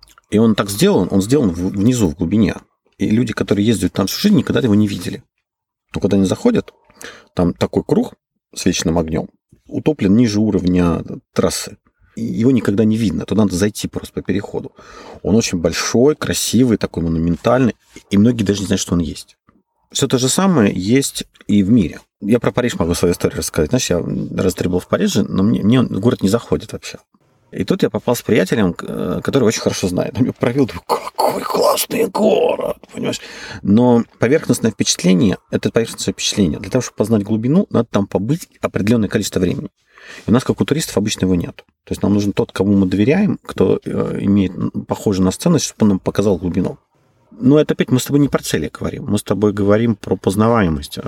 И он так сделан, внизу, в глубине. И люди, которые ездят там всю жизнь, никогда его не видели. Но когда они заходят, там такой круг с вечным огнем, утоплен ниже уровня трассы. И его никогда не видно. Туда надо зайти просто по переходу. Он очень большой, красивый, такой монументальный. И многие даже не знают, что он есть. Все то же самое есть и в мире. Я про Париж могу свою историю рассказать. Знаешь, я раз 3 был в Париже, но мне город не заходит вообще. И тут я попал с приятелем, который очень хорошо знает. Он меня провел, думаю, какой классный город, понимаешь? Но поверхностное впечатление – это поверхностное впечатление. Для того, чтобы познать глубину, надо там побыть определенное количество времени. И у нас, как у туристов, обычно его нет. То есть нам нужен тот, кому мы доверяем, кто имеет похожую на ценность, чтобы он нам показал глубину. Но это опять мы с тобой не про цели говорим. Мы с тобой говорим про познаваемость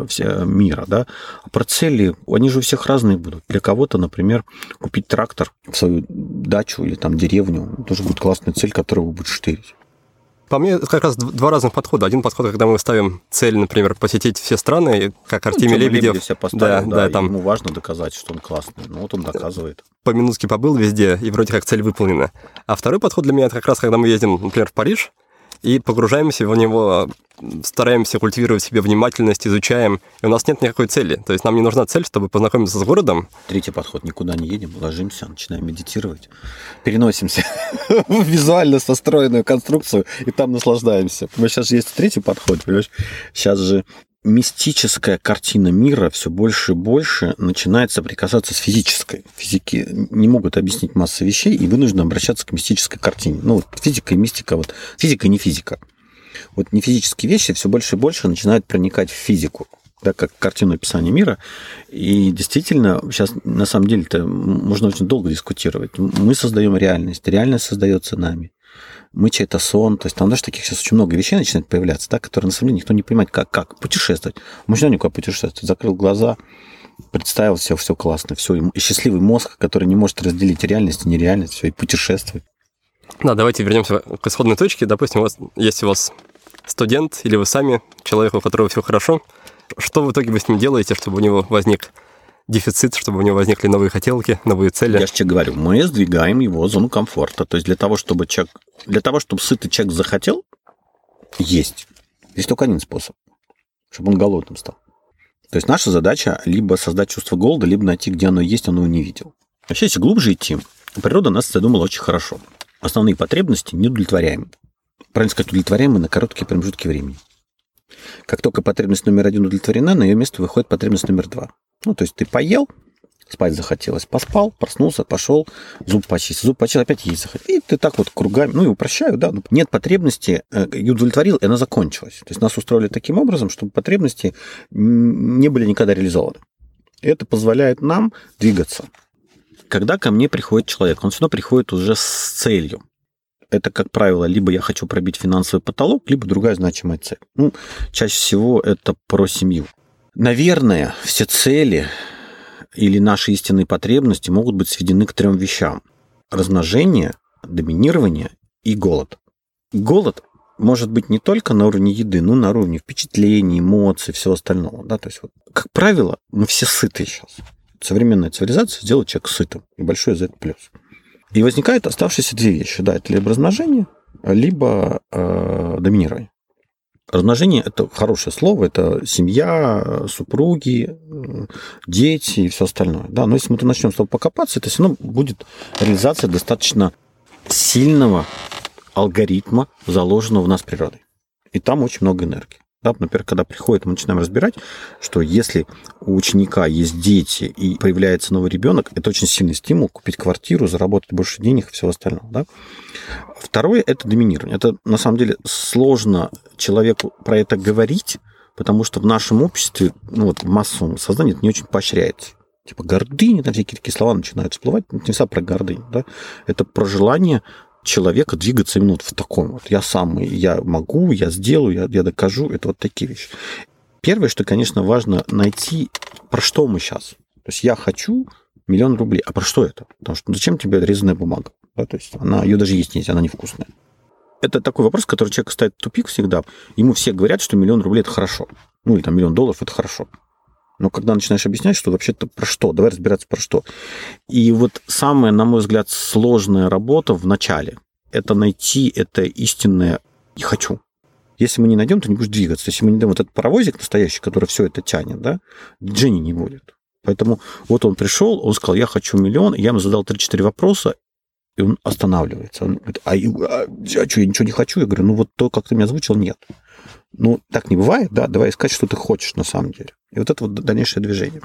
мира. Да? А про цели, они же у всех разные будут. Для кого-то, например, купить трактор в свою дачу или там деревню. Это тоже будет классная цель, которую вы будете штырить. По мне, это как раз два разных подхода. Один подход, когда мы ставим цель, например, посетить все страны, как Артемий Лебедев. Все поставил, да, там ему важно доказать, что он классный. Ну, вот он доказывает. По минутке побыл везде, и вроде как цель выполнена. А второй подход для меня, это как раз, когда мы едем, например, в Париж, и погружаемся в него, стараемся культивировать в себе внимательность, изучаем, и у нас нет никакой цели. То есть нам не нужна цель, чтобы познакомиться с городом. Третий подход. Никуда не едем, ложимся, начинаем медитировать, переносимся в визуально состроенную конструкцию, и там наслаждаемся. Сейчас же есть третий подход, понимаешь? Сейчас же мистическая картина мира все больше и больше начинает соприкасаться с физической. Физики не могут объяснить массу вещей и вынуждены обращаться к мистической картине. Ну, вот физика и мистика, вот физика и не физика. Вот нефизические вещи все больше и больше начинают проникать в физику, да, как картину описания мира. И действительно, сейчас на самом деле-то можно очень долго дискутировать. Мы создаем реальность, реальность создается нами. Мы чей-то сон, то есть там даже таких сейчас очень много вещей начинает появляться, да, которые на самом деле никто не понимает, как путешествовать. Можно никуда путешествовать, закрыл глаза, представил все классно, все, и счастливый мозг, который не может разделить реальность и нереальность, все, и путешествует. Да, давайте вернемся к исходной точке. Допустим, если у вас студент или вы сами, человек, у которого все хорошо, что в итоге вы с ним делаете, чтобы у него возник дефицит, чтобы у него возникли новые хотелки, новые цели? Я же тебе говорю, мы сдвигаем его в зону комфорта. То есть для того, чтобы сытый человек захотел есть, есть только один способ, чтобы он голодным стал. То есть наша задача либо создать чувство голода, либо найти, где оно есть, он его не видел. Вообще, если глубже идти, природа нас задумала очень хорошо. Основные потребности не удовлетворяемы. Правильно сказать, удовлетворяемы на короткие промежутки времени. Как только потребность номер 1 удовлетворена, на ее место выходит потребность номер 2. Ну, то есть ты поел, спать захотелось, поспал, проснулся, пошел, зуб почистил, опять есть захотелось. И ты так вот кругами, и упрощаю, да, нет потребности, и удовлетворил, и она закончилась. То есть нас устроили таким образом, чтобы потребности не были никогда реализованы. И это позволяет нам двигаться. Когда ко мне приходит человек, он всегда приходит уже с целью. Это, как правило, либо я хочу пробить финансовый потолок, либо другая значимая цель. Ну, чаще всего это про семью. Наверное, все цели или наши истинные потребности могут быть сведены к 3 вещам. Размножение, доминирование и голод. Голод может быть не только на уровне еды, но и на уровне впечатлений, эмоций, всего остального. Да? То есть, вот, как правило, мы все сыты сейчас. Современная цивилизация сделала человека сытым. И большой за это плюс. И возникают оставшиеся 2 вещи. Да, это либо размножение, либо доминирование. Размножение – это хорошее слово, это семья, супруги, дети и все остальное. Да, но если мы начнем с того покопаться, это все равно будет реализация достаточно сильного алгоритма, заложенного в нас природой. И там очень много энергии. Да, например, когда приходит, мы начинаем разбирать, что если у ученика есть дети и появляется новый ребенок, это очень сильный стимул купить квартиру, заработать больше денег и всего остального. Да? Второе – это доминирование. Это, на самом деле, сложно человеку про это говорить, потому что в нашем обществе, в массовом сознании это не очень поощряется. Типа гордыня, там всякие такие слова начинают всплывать. Это не всегда про гордыню. Да? Это про желание человека двигаться именно в таком. Я самый, я могу, я сделаю, я докажу. Это вот такие вещи. Первое, что, конечно, важно найти, про что мы сейчас. То есть я хочу 1 000 000 рублей. А про что это? Потому что зачем тебе резаная бумага? Да, то есть ее даже есть нельзя, она невкусная. Это такой вопрос, который человек ставит в тупик всегда. Ему все говорят, что 1 000 000 рублей – это хорошо. Или там $1 000 000 – это хорошо. Но когда начинаешь объяснять, что вообще-то про что, давай разбираться про что. И вот самая, на мой взгляд, сложная работа в начале – это найти это истинное «не хочу». Если мы не найдем, то не будешь двигаться. Если мы не найдем вот этот паровозик настоящий, который все это тянет, да, движения не будет. Поэтому вот он пришел, он сказал, я хочу 1 000 000, я ему задал 3-4 вопроса, и он останавливается. Он говорит, что, я ничего не хочу? Я говорю, вот то, как ты меня озвучил, нет. Так не бывает, да, давай искать, что ты хочешь на самом деле. И вот это вот дальнейшее движение.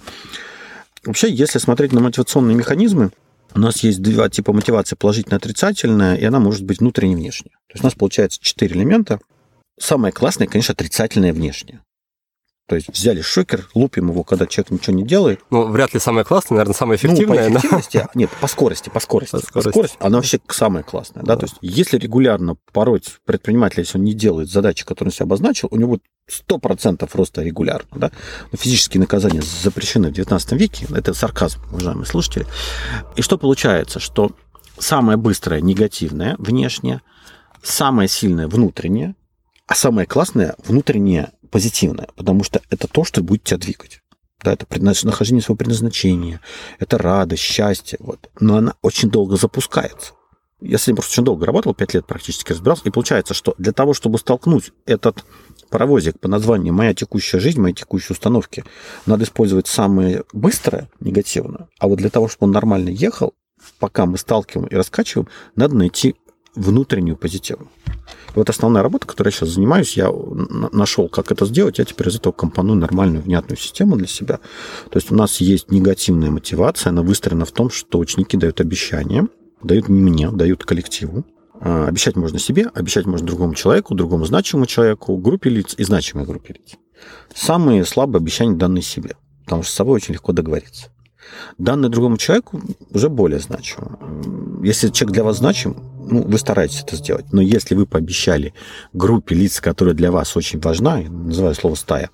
Вообще, если смотреть на мотивационные механизмы, у нас есть 2 типа мотивации, положительная и отрицательная, и она может быть внутренняя и внешняя. То есть у нас получается 4 элемента. Самое классное, конечно, отрицательное внешнее. То есть взяли шокер, лупим его, когда человек ничего не делает. Вряд ли самое классное, наверное, самое эффективное. По эффективности, нет, по скорости. Скорость, она вообще самая классная. Да? То есть если регулярно пороть предпринимателя, если он не делает задачи, которые он себе обозначил, у него будет 100% роста регулярно. Да? Но физические наказания запрещены в 19 веке. Это сарказм, уважаемые слушатели. И что получается? Что самое быстрое негативное внешнее, самое сильное внутреннее, а самое классное внутреннее позитивное, потому что это то, что будет тебя двигать. Да, это нахождение своего предназначения, это радость, счастье. Вот. Но она очень долго запускается. Я с этим просто очень долго работал, 5 лет практически разбирался, и получается, что для того, чтобы столкнуть этот паровозик по названию «Моя текущая жизнь», «Мои текущие установки», надо использовать самое быстрое, негативное, а вот для того, чтобы он нормально ехал, пока мы сталкиваем и раскачиваем, надо найти внутреннюю позитивную. Вот основная работа, которой я сейчас занимаюсь, я нашел, как это сделать, я теперь из этого компоную нормальную, внятную систему для себя. То есть у нас есть негативная мотивация, она выстроена в том, что ученики дают обещания, дают не мне, дают коллективу. Обещать можно себе, обещать можно другому человеку, другому значимому человеку, группе лиц и значимой группе лиц. Самые слабые обещания данные себе, потому что с собой очень легко договориться. Данные другому человеку уже более значимо. Если человек для вас значим, вы стараетесь это сделать. Но если вы пообещали группе лиц, которая для вас очень важна, я называю слово «стая»,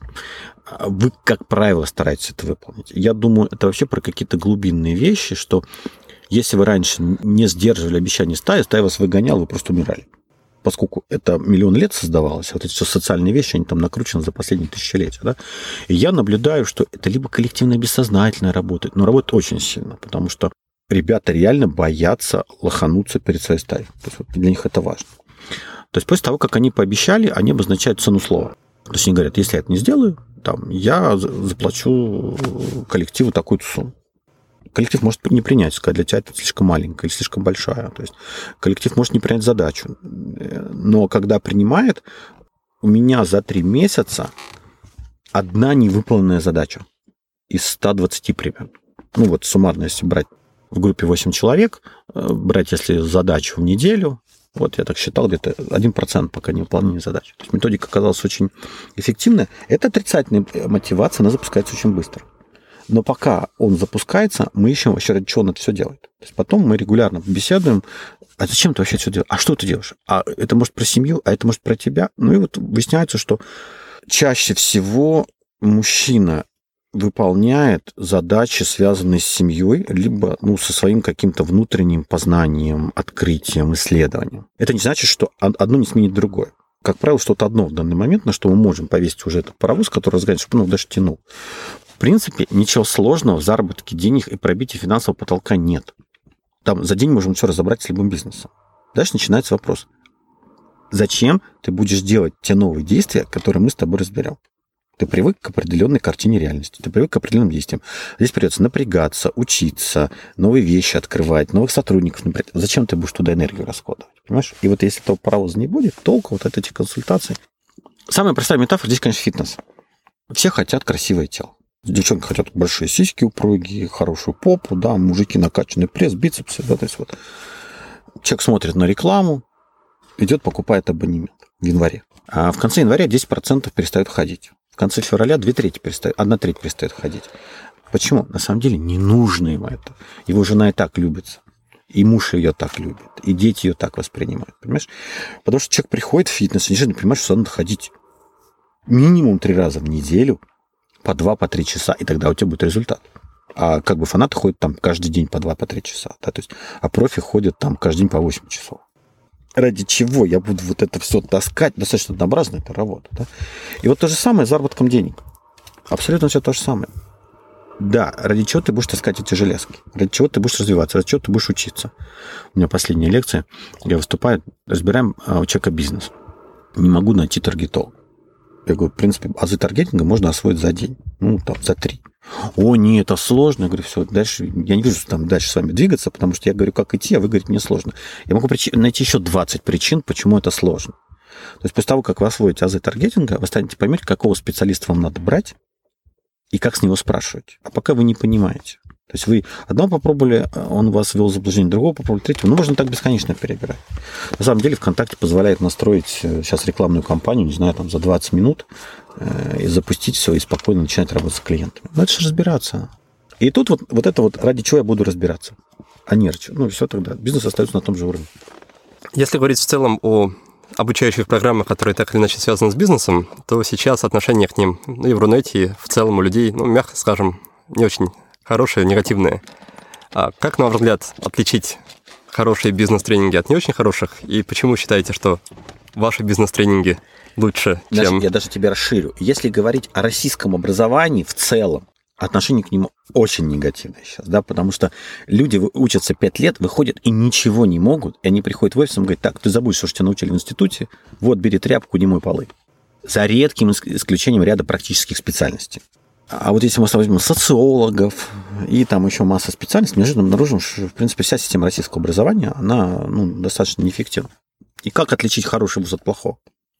вы, как правило, стараетесь это выполнить. Я думаю, это вообще про какие-то глубинные вещи, что если вы раньше не сдерживали обещания стаи, стая вас выгоняла, вы просто умирали. Поскольку это миллион лет создавалось, вот эти все социальные вещи, они там накручены за последние тысячелетия. Да? И я наблюдаю, что это либо коллективное бессознательное работает, но работает очень сильно, потому что ребята реально боятся лохануться перед своей стаей. То есть для них это важно. То есть после того, как они пообещали, они обозначают цену слова. То есть они говорят, если я это не сделаю, я заплачу коллективу такую-то сумму. Коллектив может не принять, сказать, для тебя это слишком маленькая или слишком большая. То есть коллектив может не принять задачу. Но когда принимает, у меня за 3 месяца одна невыполненная задача из 120 примерно. Суммарно, если брать в группе 8 человек, брать, если задачу в неделю, я так считал, где-то 1% пока не выполнение задач. То есть методика оказалась очень эффективная. Это отрицательная мотивация, она запускается очень быстро. Но пока он запускается, мы ищем вообще, ради чего он это все делает. То есть потом мы регулярно беседуем, а зачем ты вообще все делаешь? А что ты делаешь? А это может про семью, а это может про тебя. И выясняется, что чаще всего мужчина выполняет задачи, связанные с семьей, либо со своим каким-то внутренним познанием, открытием, исследованием. Это не значит, что одно не сменит другое. Как правило, что-то одно в данный момент, на что мы можем повесить уже этот паровоз, который разгоняет, чтобы он дальше тянул. В принципе, ничего сложного в заработке денег и пробитии финансового потолка нет. Там за день можем все разобрать с любым бизнесом. Дальше начинается вопрос. Зачем ты будешь делать те новые действия, которые мы с тобой разберем? Ты привык к определенной картине реальности, ты привык к определенным действиям. Здесь придется напрягаться, учиться, новые вещи открывать, новых сотрудников. Зачем ты будешь туда энергию расходовать? Понимаешь? И вот если этого паровоза не будет, толку вот от этих консультаций. Самая простая метафора здесь, конечно, фитнес. Все хотят красивое тело. Девчонки хотят большие сиськи упругие, хорошую попу, да, мужики накачанный пресс, бицепсы. Да, то есть вот. Человек смотрит на рекламу, идет, покупает абонемент в январе. А в конце января 10% перестают ходить. В конце февраля 1/3 перестает ходить. Почему? На самом деле не нужно ему это. Его жена и так любится. И муж ее так любит. И дети ее так воспринимают. Понимаешь? Потому что человек приходит в фитнес, и не понимает, что надо ходить минимум 3 раза в неделю, по 2-3 часа, и тогда у тебя будет результат. А как бы фанаты ходят там каждый день по 2-3 часа. Да? То есть, а профи ходят там каждый день по 8 часов. Ради чего я буду вот это все таскать? Достаточно однообразная эта работа. Да? И вот то же самое с заработком денег. Абсолютно все то же самое. Да, ради чего ты будешь таскать эти железки? Ради чего ты будешь развиваться? Ради чего ты будешь учиться? У меня последняя лекция. Я выступаю, разбираем у человека бизнес. Не могу найти таргетолога. Я говорю, в принципе, азы таргетинга можно освоить за день. Ну, там, за 3. О, нет, это сложно. Я говорю, все, дальше я не вижу, что там дальше с вами двигаться, потому что я говорю, как идти, а вы говорите, мне сложно. Я могу найти еще 20 причин, почему это сложно. То есть после того, как вы освоите азы таргетинга, вы станете понимать, какого специалиста вам надо брать и как с него спрашивать. А пока вы не понимаете. То есть вы одного попробовали, он вас ввел в заблуждение, другого попробовали, третьего. Ну, можно так бесконечно перебирать. На самом деле ВКонтакте позволяет настроить сейчас рекламную кампанию, не знаю, там за 20 минут и запустить все и спокойно начинать работать с клиентами. Но это же разбираться. И тут вот это вот ради чего я буду разбираться. А не ради чего. Ну, все тогда. Бизнес остается на том же уровне. Если говорить в целом о обучающих программах, которые так или иначе связаны с бизнесом, то сейчас отношение к ним, ну и в Рунете, в целом у людей, ну, мягко скажем, не очень хорошие, негативные. А как, на ваш взгляд, отличить хорошие бизнес-тренинги от не очень хороших? И почему считаете, что ваши бизнес-тренинги лучше, чем... Я даже тебя расширю. Если говорить о российском образовании в целом, отношение к нему очень негативное сейчас, да, потому что люди учатся 5 лет, выходят и ничего не могут, и они приходят в офис и говорят, так, ты забудешь, что тебя научили в институте, вот, бери тряпку, не мой полы. За редким исключением ряда практических специальностей. А вот если мы возьмем социологов и там еще масса специальностей, неожиданно обнаружим, что, в принципе, вся система российского образования, она достаточно неэффективна. И как отличить хороший вуз от плохого?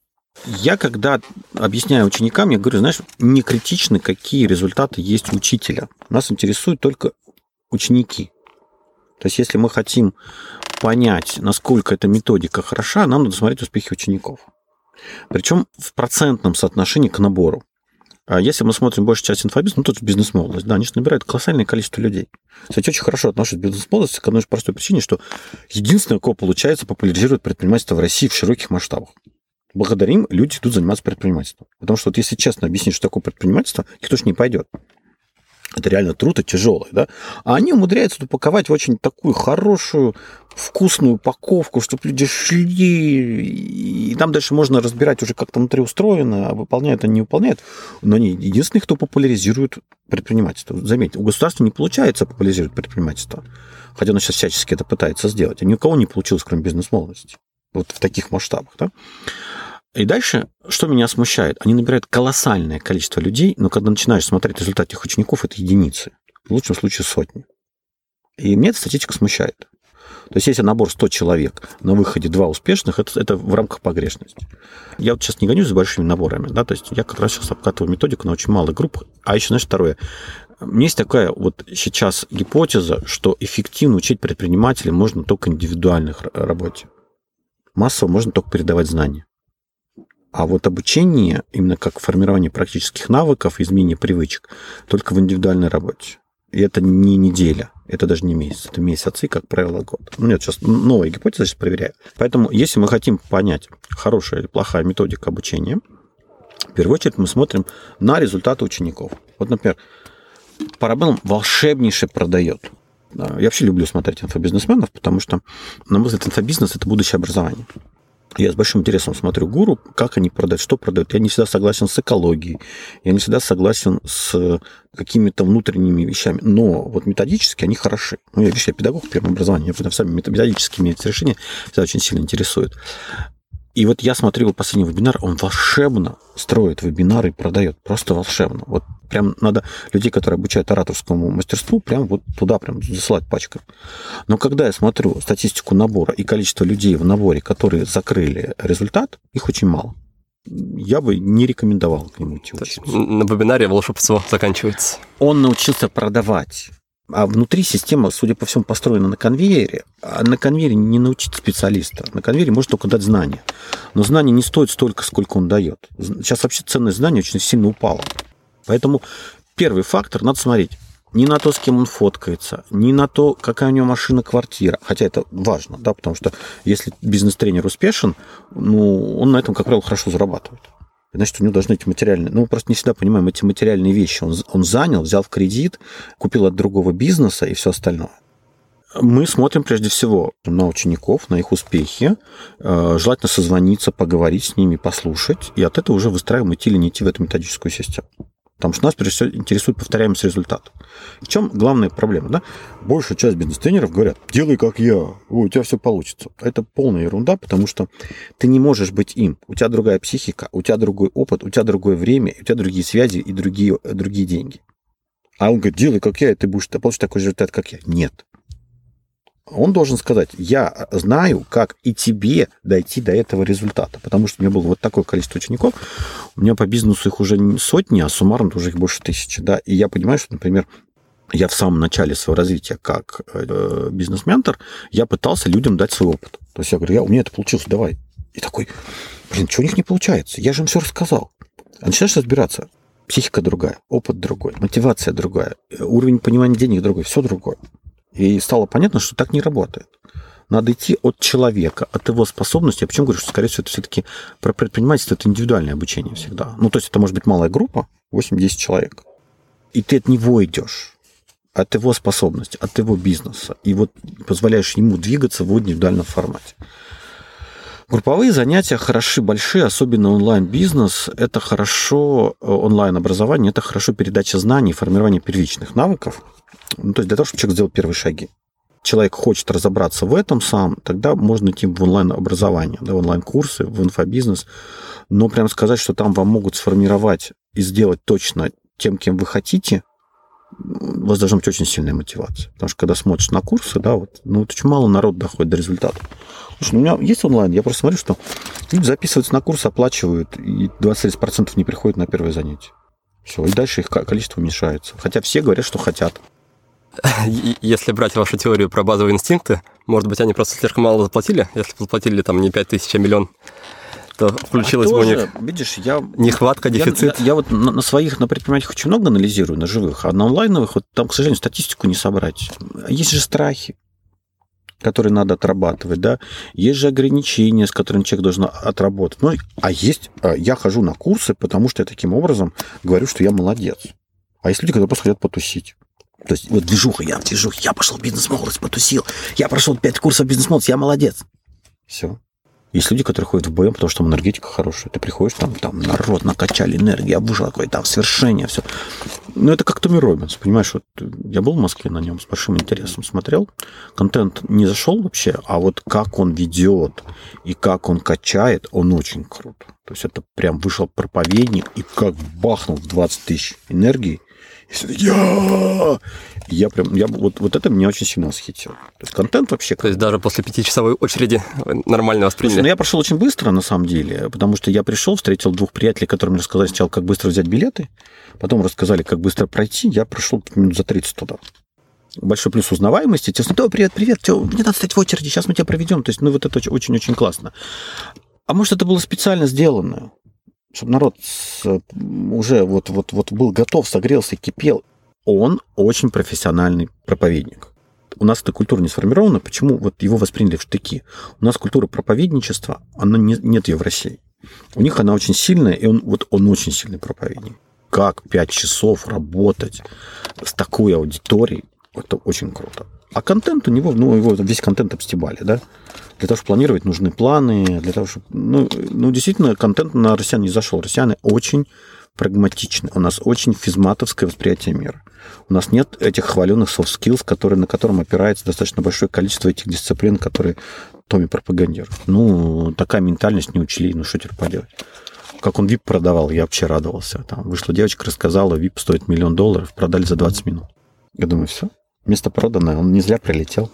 Я, когда объясняю ученикам, я говорю, знаешь, не критично, какие результаты есть у учителя. Нас интересуют только ученики. То есть, если мы хотим понять, насколько эта методика хороша, нам надо смотреть успехи учеников. Причем в процентном соотношении к набору. А если мы смотрим большую часть инфобизнеса, тут бизнес-молодость, да, они же набирают колоссальное количество людей. Кстати, очень хорошо отношусь к бизнес-молодости к одной простой причине, что единственное, кого получается, популяризирует предпринимательство в России в широких масштабах. Благодарим, люди идут заниматься предпринимательством. Потому что вот если честно объяснить, что такое предпринимательство, никто же не пойдет. Это реально труд и тяжелый, да? А они умудряются упаковать в очень такую хорошую, вкусную упаковку, чтобы люди шли, и там дальше можно разбирать уже, как там внутри устроено, а выполняют они, не выполняют. Но они единственные, кто популяризирует предпринимательство. Заметьте, у государства не получается популяризировать предпринимательство, хотя оно сейчас всячески это пытается сделать. А ни у кого не получилось, кроме бизнес-молодости. Вот в таких масштабах, да? И дальше, что меня смущает? Они набирают колоссальное количество людей, но когда начинаешь смотреть результаты этих учеников, это единицы. В лучшем случае сотни. И меня эта статистика смущает. То есть, если набор 100 человек, на выходе 2 успешных, это в рамках погрешности. Я вот сейчас не гонюсь за большими наборами, да, то есть я как раз сейчас обкатываю методику на очень малых группах. А еще, знаешь, второе. У меня есть такая вот сейчас гипотеза, что эффективно учить предпринимателей можно только индивидуальной работе. Массово можно только передавать знания. А вот обучение, именно как формирование практических навыков, изменение привычек, только в индивидуальной работе. И это не неделя, это даже не месяц, это месяцы, как правило, год. Ну, нет, сейчас новая гипотеза, сейчас проверяю. Поэтому, если мы хотим понять, хорошая или плохая методика обучения, в первую очередь мы смотрим на результаты учеников. Вот, например, Парабеллум волшебнейше продает. Я вообще люблю смотреть инфобизнесменов, потому что, на мой взгляд, инфобизнес – это будущее образование. Я с большим интересом смотрю гуру, как они продают, что продают. Я не всегда согласен с экологией, я не всегда согласен с какими-то внутренними вещами, но вот методически они хороши. Ну, я педагог в первом образовании, я сами методические решения всегда очень сильно интересуют. И вот я смотрел последний вебинар, он волшебно строит вебинары и продает. Просто волшебно. Вот прям надо людей, которые обучают ораторскому мастерству, прям вот туда прям засылать пачкой. Но когда я смотрю статистику набора и количество людей в наборе, которые закрыли результат, их очень мало. Я бы не рекомендовал к нему идти учиться. На вебинаре волшебство заканчивается. Он научился продавать. А внутри система, судя по всему, построена на конвейере. А на конвейере не научить специалиста. На конвейере может только дать знания. Но знания не стоят столько, сколько он дает. Сейчас вообще ценность знаний очень сильно упала. Поэтому первый фактор надо смотреть. Не на то, с кем он фоткается, не на то, какая у него машина, квартира. Хотя это важно, да, потому что если бизнес-тренер успешен, ну, он на этом, как правило, хорошо зарабатывает. Значит, у него должны эти материальные... Ну, мы просто не всегда понимаем эти материальные вещи. Он занял, взял в кредит, купил от другого бизнеса и все остальное. Мы смотрим прежде всего на учеников, на их успехи. Желательно созвониться, поговорить с ними, послушать. И от этого уже выстраиваем, идти или не идти в эту методическую систему. Потому что нас, прежде всего, интересует повторяемость результата. В чем главная проблема? Да? Большая часть бизнес-тренеров говорят, делай как я, у тебя все получится. Это полная ерунда, потому что ты не можешь быть им. У тебя другая психика, у тебя другой опыт, у тебя другое время, у тебя другие связи и другие деньги. А он говорит, делай как я, и ты получишь такой же результат, как я. Нет. Он должен сказать, я знаю, как и тебе дойти до этого результата. Потому что у меня было вот такое количество учеников, у меня по бизнесу их уже сотни, а суммарно уже их больше 1000. Да? И я понимаю, что, например, я в самом начале своего развития как бизнес-ментор, я пытался людям дать свой опыт. То есть я говорю, у меня это получилось, давай. И такой, что у них не получается? Я же им все рассказал. А начинаешь разбираться. Психика другая, опыт другой, мотивация другая, уровень понимания денег другой, все другое. И стало понятно, что так не работает. Надо идти от человека, от его способностей. Я почему говорю, что, скорее всего, это все-таки про предпринимательство, это индивидуальное обучение всегда. Ну, то есть это может быть малая группа, 8-10 человек. И ты от него идешь, от его способностей, от его бизнеса. И вот позволяешь ему двигаться в индивидуальном формате. Групповые занятия хороши, большие, особенно онлайн-бизнес. Это хорошо, онлайн-образование, это хорошо передача знаний, формирование первичных навыков. Ну, то есть для того, чтобы человек сделал первые шаги. Человек хочет разобраться в этом сам, тогда можно идти в онлайн-образование, да, в онлайн-курсы, в инфобизнес. Но прям сказать, что там вам могут сформировать и сделать точно тем, кем вы хотите, у вас должна быть очень сильная мотивация. Потому что когда смотришь на курсы, да, вот очень мало народ доходит до результата. Слушай, у меня есть онлайн, я просто смотрю, что люди записываются на курс, оплачивают, и 20% не приходят на первое занятие. Все, и дальше их количество уменьшается. Хотя все говорят, что хотят. Если брать вашу теорию про базовые инстинкты, может быть, они просто слишком мало заплатили? Если заплатили там не 5000, а миллион, то включилась бы у них видишь, нехватка, дефицит. Я вот на своих, на предпринимателях очень много анализирую, на живых, а на онлайновых, вот там, к сожалению, статистику не собрать. Есть же страхи, которые надо отрабатывать, да, есть же ограничения, с которыми человек должен отработать. Ну, я хожу на курсы, потому что я таким образом говорю, что я молодец. А есть люди, которые просто хотят потусить. То есть вот движуха, я пошел в бизнес-молодость, потусил, я прошел 5 курсов бизнес-молодости, я молодец. Все. Есть люди, которые ходят в БМ, потому что там энергетика хорошая. Ты приходишь, там народ накачали энергию, я вышел такой, там свершение, все. Ну, это как Томми Роббинс, понимаешь, вот я был в Москве на нем, с большим интересом смотрел. Контент не зашел вообще, а вот как он ведет и как он качает, он очень крут. То есть это прям вышел проповедник и как бахнул в 20 000 энергии. Вот это меня очень сильно восхитило. То есть контент вообще... То есть даже после 5-часовой очереди нормально восприняли? Слушай, я прошел очень быстро, на самом деле, потому что я пришел, встретил 2 приятелей, которые мне рассказали сначала, как быстро взять билеты, потом рассказали, как быстро пройти, я прошел минут за 30 туда. Большой плюс узнаваемости. Тебе сказали, привет, мне надо стоять в очереди, сейчас мы тебя проведем. То есть, вот это очень-очень классно. А может, это было специально сделано? Чтобы народ уже вот был готов, согрелся, кипел. Он очень профессиональный проповедник. У нас эта культура не сформирована. Почему вот его восприняли в штыки? У нас культура проповедничества, нет ее в России. У них она очень сильная, и он очень сильный проповедник. Как 5 часов работать с такой аудиторией, это очень круто. А контент у него, его весь контент обстебали, да? Для того, чтобы планировать, нужны планы. Для того, чтобы... действительно, контент на россиян не зашел. Россияне очень прагматичны. У нас очень физматовское восприятие мира. У нас нет этих хваленных soft skills, на котором опирается достаточно большое количество этих дисциплин, которые Томми пропагандирует. Ну, такая ментальность не учли, ну, что теперь поделать? Как он VIP продавал, я вообще радовался. Там вышла девочка, рассказала, VIP стоит $1 миллион, продали за 20 минут. Я думаю, все, место продано, он не зря прилетел.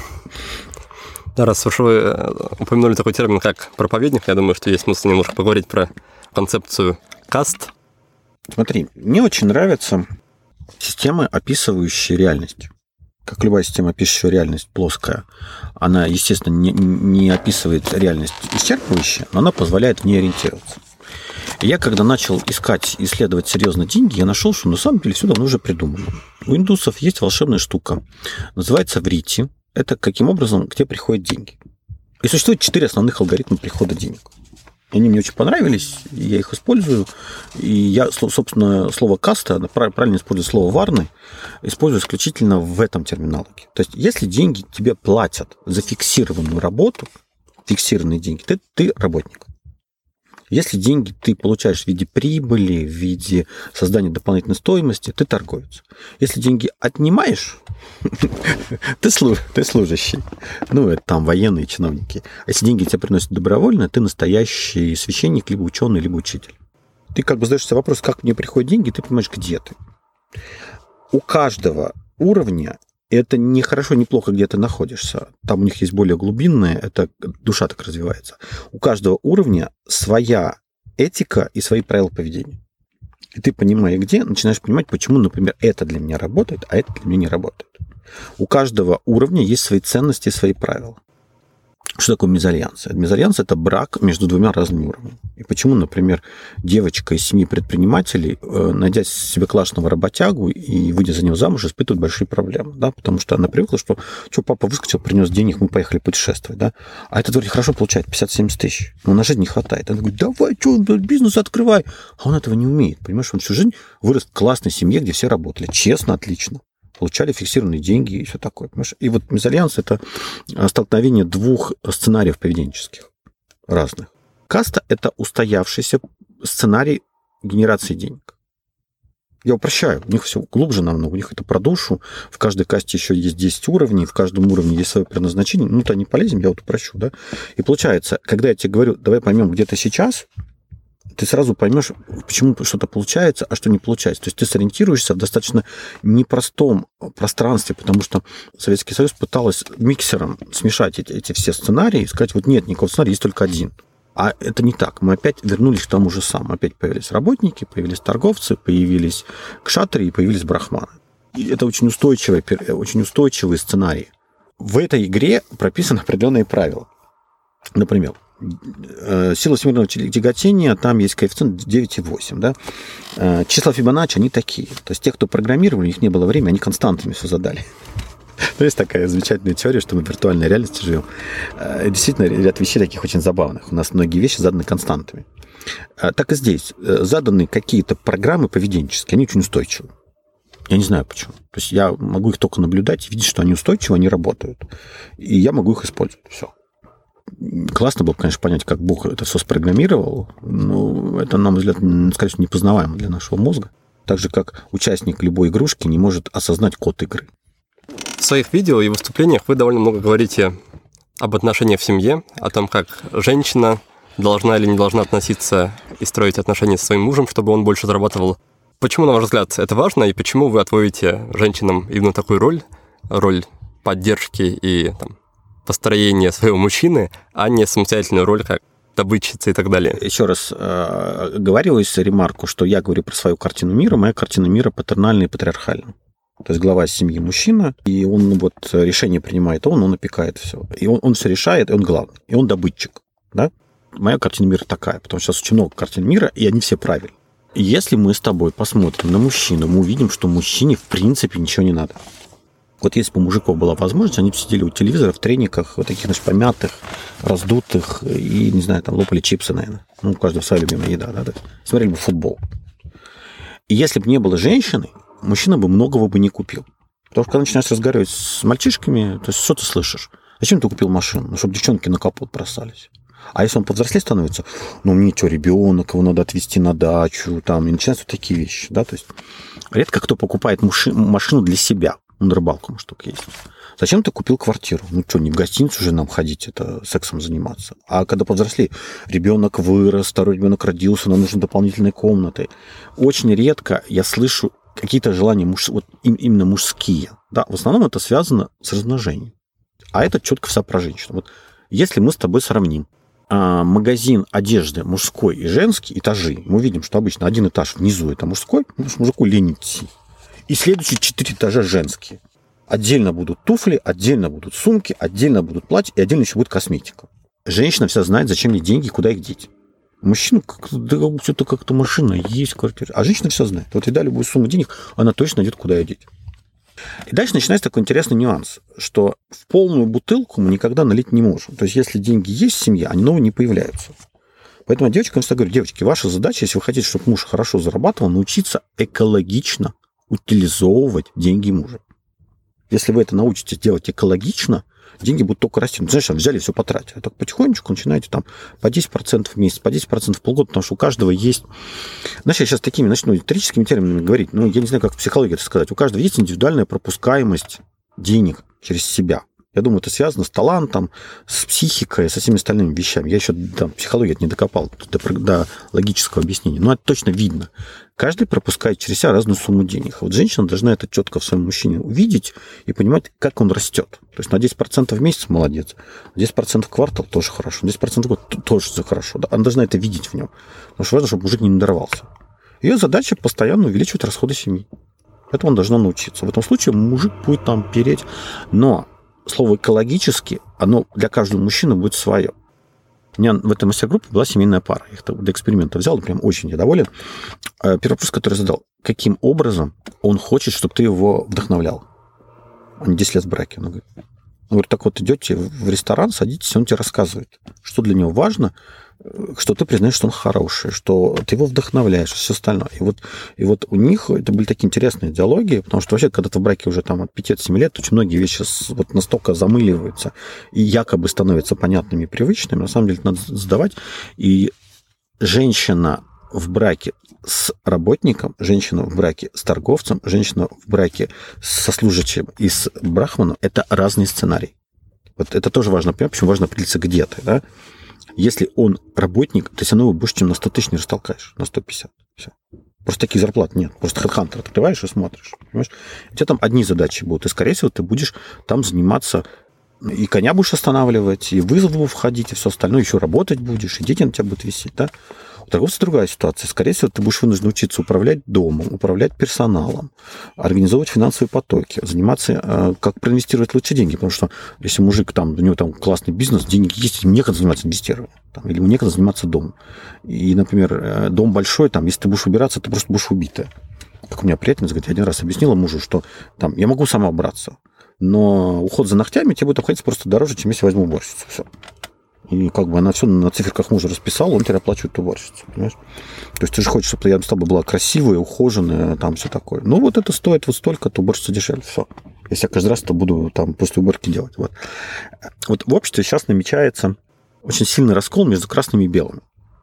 Да, раз уж вы упомянули такой термин, как проповедник, я думаю, что есть смысл немножко поговорить про концепцию каст. Смотри, мне очень нравятся системы, описывающие реальность. Как любая система, описывающая реальность, плоская, она, естественно, не описывает реальность исчерпывающе, но она позволяет в ней ориентироваться. И я, когда начал искать, исследовать серьезно деньги, я нашел, что на самом деле все давно уже придумано. У индусов есть волшебная штука, называется врити. Это каким образом к тебе приходят деньги. И существует 4 основных алгоритма прихода денег. Они мне очень понравились, я их использую. И я, собственно, слово каста, правильно использую слово варны, использую исключительно в этом терминологии. То есть, если деньги тебе платят за фиксированную работу, фиксированные деньги, ты работник. Если деньги ты получаешь в виде прибыли, в виде создания дополнительной стоимости, ты торговец. Если деньги отнимаешь, ты служащий. Ну, это там военные чиновники. А если деньги тебе приносят добровольно, ты настоящий священник, либо ученый, либо учитель. Ты как бы задаешь себе вопрос, как мне приходят деньги, ты понимаешь, где ты. У каждого уровня это не хорошо, не плохо, где ты находишься. Там у них есть более глубинное, это душа так развивается. У каждого уровня своя этика и свои правила поведения. И ты, понимая где, начинаешь понимать, почему, например, это для меня работает, а это для меня не работает. У каждого уровня есть свои ценности и свои правила. Что такое мезальянс? Мезальянс – это брак между двумя разными уровнями. И почему, например, девочка из семьи предпринимателей, найдя себе классного работягу и выйдя за него замуж, испытывает большие проблемы. Да? Потому что она привыкла, что папа выскочил, принес денег, мы поехали путешествовать. Да? А этот вроде хорошо получает 50-70 тысяч, но на жизнь не хватает. Она говорит, давай, бизнес открывай. А он этого не умеет. Понимаешь, он всю жизнь вырос в классной семье, где все работали. Честно, отлично. Получали фиксированные деньги и все такое. Понимаешь? И вот мезальянс – это столкновение двух сценариев поведенческих разных. Каста – это устоявшийся сценарий генерации денег. Я упрощаю. У них все глубже намного. У них это про душу. В каждой касте еще есть 10 уровней. В каждом уровне есть свое предназначение. Ну, туда не полезем, я вот упрощу. Да? И получается, когда я тебе говорю, давай поймем, где ты сейчас, ты сразу поймешь, почему что-то получается, а что не получается. То есть ты сориентируешься в достаточно непростом пространстве, потому что Советский Союз пытался миксером смешать эти все сценарии и сказать, вот нет никакого сценария, есть только один. А это не так. Мы опять вернулись к тому же самому. Опять появились работники, появились торговцы, появились кшатрии, появились брахманы. И это очень устойчивые сценарии. В этой игре прописаны определенные правила. Например, сила всемирного тяготения, там есть коэффициент 9,8. Да? Числа Фибоначчи, они такие. То есть те, кто программировали, у них не было времени, они константами все задали. То есть такая замечательная теория, что мы в виртуальной реальности живем. Действительно, ряд вещей таких очень забавных. У нас многие вещи заданы константами. Так и здесь. Заданы какие-то программы поведенческие, они очень устойчивы. Я не знаю почему. То есть я могу их только наблюдать и видеть, что они устойчивы, они работают. И я могу их использовать. Все. Классно было, конечно, понять, как Бог это все спрограммировал, но это, на мой взгляд, скорее всего, непознаваемо для нашего мозга. Так же, как участник любой игрушки не может осознать код игры. В своих видео и выступлениях вы довольно много говорите об отношениях в семье, о том, как женщина должна или не должна относиться и строить отношения со своим мужем, чтобы он больше зарабатывал. Почему, на ваш взгляд, это важно, и почему вы отводите женщинам именно такую роль поддержки и построения своего мужчины, а не самостоятельную роль как добытчицы и так далее? Еще раз оговариваюсь ремарку, что я говорю про свою картину мира, моя картина мира патернальная и патриархальная. То есть глава семьи мужчина, и он вот решение принимает, он опекает все. И он все решает, и он главный, и он добытчик. Да? Моя картина мира такая, потому что сейчас очень много картин мира, и они все правильные. И если мы с тобой посмотрим на мужчину, мы увидим, что мужчине в принципе ничего не надо. Вот если бы у мужиков была возможность, они бы сидели у телевизора в трениках, вот таких, помятых, раздутых, и, не знаю, там лопали чипсы, наверное. Ну, у каждого своя любимая еда, да. Смотрели бы футбол. И если бы не было женщины, мужчина бы многого бы не купил. Потому что когда начинаешь разговаривать с мальчишками, то есть что ты слышишь? Зачем ты купил машину? Ну, чтобы девчонки на капот бросались. А если он повзрослее становится, мне что, ребенок, его надо отвезти на дачу, и начинаются вот такие вещи, да, то есть редко кто покупает машину для себя. Ну, на рыбалку, может, только есть. Зачем ты купил квартиру? Ну что, не в гостиницу же нам ходить, это сексом заниматься. А когда повзрослели, ребенок вырос, второй ребенок родился, нам нужны дополнительные комнаты. Очень редко я слышу какие-то желания вот именно мужские. Да, в основном это связано с размножением. А это четко все про женщину. Вот если мы с тобой сравним магазин одежды мужской и женский, этажи, мы увидим, что обычно один этаж внизу это мужской, потому что мужику лень идти. И следующие 4 этажа женские. Отдельно будут туфли, отдельно будут сумки, отдельно будут платья, и отдельно еще будет косметика. Женщина вся знает, зачем ей деньги, куда их деть. Мужчина что-то как-то машина есть, квартира. А женщина все знает. Вот и дали любую сумму денег, она точно найдет, куда ее деть. И дальше начинается такой интересный нюанс, что в полную бутылку мы никогда налить не можем. То есть, если деньги есть в семье, они новые не появляются. Поэтому я девочкам всегда говорю, девочки, ваша задача, если вы хотите, чтобы муж хорошо зарабатывал, научиться экологично утилизовывать деньги мужа. Если вы это научитесь делать экологично, деньги будут только расти. Ну, знаешь, взяли и все потратили. А так потихонечку начинаете там по 10% в месяц, по 10% в полгода, потому что у каждого есть... Знаешь, я сейчас такими начну эзотерическими терминами говорить, ну, я не знаю, как в психологии это сказать. У каждого есть индивидуальная пропускаемость денег через себя. Я думаю, это связано с талантом, с психикой, со всеми остальными вещами. Я еще там психологию не докопал до логического объяснения. Но это точно видно. Каждый пропускает через себя разную сумму денег. Вот женщина должна это четко в своем мужчине увидеть и понимать, как он растет. То есть на 10% в месяц молодец, 10% в квартал тоже хорошо, 10% в год тоже хорошо. Да? Она должна это видеть в нем. Потому что важно, чтобы мужик не надорвался. Ее задача постоянно увеличивать расходы семьи. Этому он должна научиться. В этом случае мужик будет там переть. Но слово «экологически», оно для каждого мужчины будет свое. У меня в этой мастер-группе была семейная пара. Я их для эксперимента взял, прям очень недоволен. Первый вопрос, который я задал: каким образом он хочет, чтобы ты его вдохновлял? Он 10 лет в браке. Он говорит, так вот, идете в ресторан, садитесь, он тебе рассказывает, что для него важно, что ты признаешь, что он хороший, что ты его вдохновляешь, все остальное. И вот у них это были такие интересные диалоги, потому что вообще, когда ты в браке уже там от 5-7 лет, очень многие вещи вот настолько замыливаются и якобы становятся понятными и привычными. На самом деле это надо сдавать. И женщина в браке с работником, женщина в браке с торговцем, женщина в браке со служащим и с брахманом – это разные сценарии. Вот это тоже важно понимать, почему важно определиться, где ты, да? Если он работник, ты все равно его больше, чем на 100 тысяч не растолкаешь, на 150. Все. Просто таких зарплат нет. Просто HeadHunter открываешь и смотришь. Понимаешь? У тебя там одни задачи будут. И, скорее всего, ты будешь там заниматься, и коня будешь останавливать, и в вызову входить, и все остальное. Еще работать будешь, и дети на тебя будут висеть. Да? У торговца другая ситуация. Скорее всего, ты будешь вынужден учиться управлять домом, управлять персоналом, организовывать финансовые потоки, заниматься, как проинвестировать лучше деньги. Потому что если мужик, там, у него там классный бизнес, денег есть, ему некогда заниматься инвестированием. Там, или ему некогда заниматься домом. И, например, дом большой, там, если ты будешь убираться, ты просто будешь убитая. Как у меня приятельница говорит, я один раз объяснила мужу, что там, я могу сама убраться, но уход за ногтями тебе будет обходиться просто дороже, чем если возьму уборщицу. Все. И как бы она все на циферках мужа расписала, он тебе оплачивает уборщицу, понимаешь? То есть ты же хочешь, чтобы рядом с тобой была красивая, ухоженная, там все такое. Ну, вот это стоит вот столько, то уборщица дешевле, все. Если я каждый раз это буду там после уборки делать. Вот в обществе сейчас намечается очень сильный раскол между красными и белыми.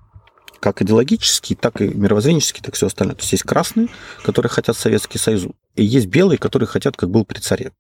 Как идеологический, так и мировоззренческий, так и все остальное. То есть есть красные, которые хотят Советский Союз, и есть белые, которые хотят, как был при царе.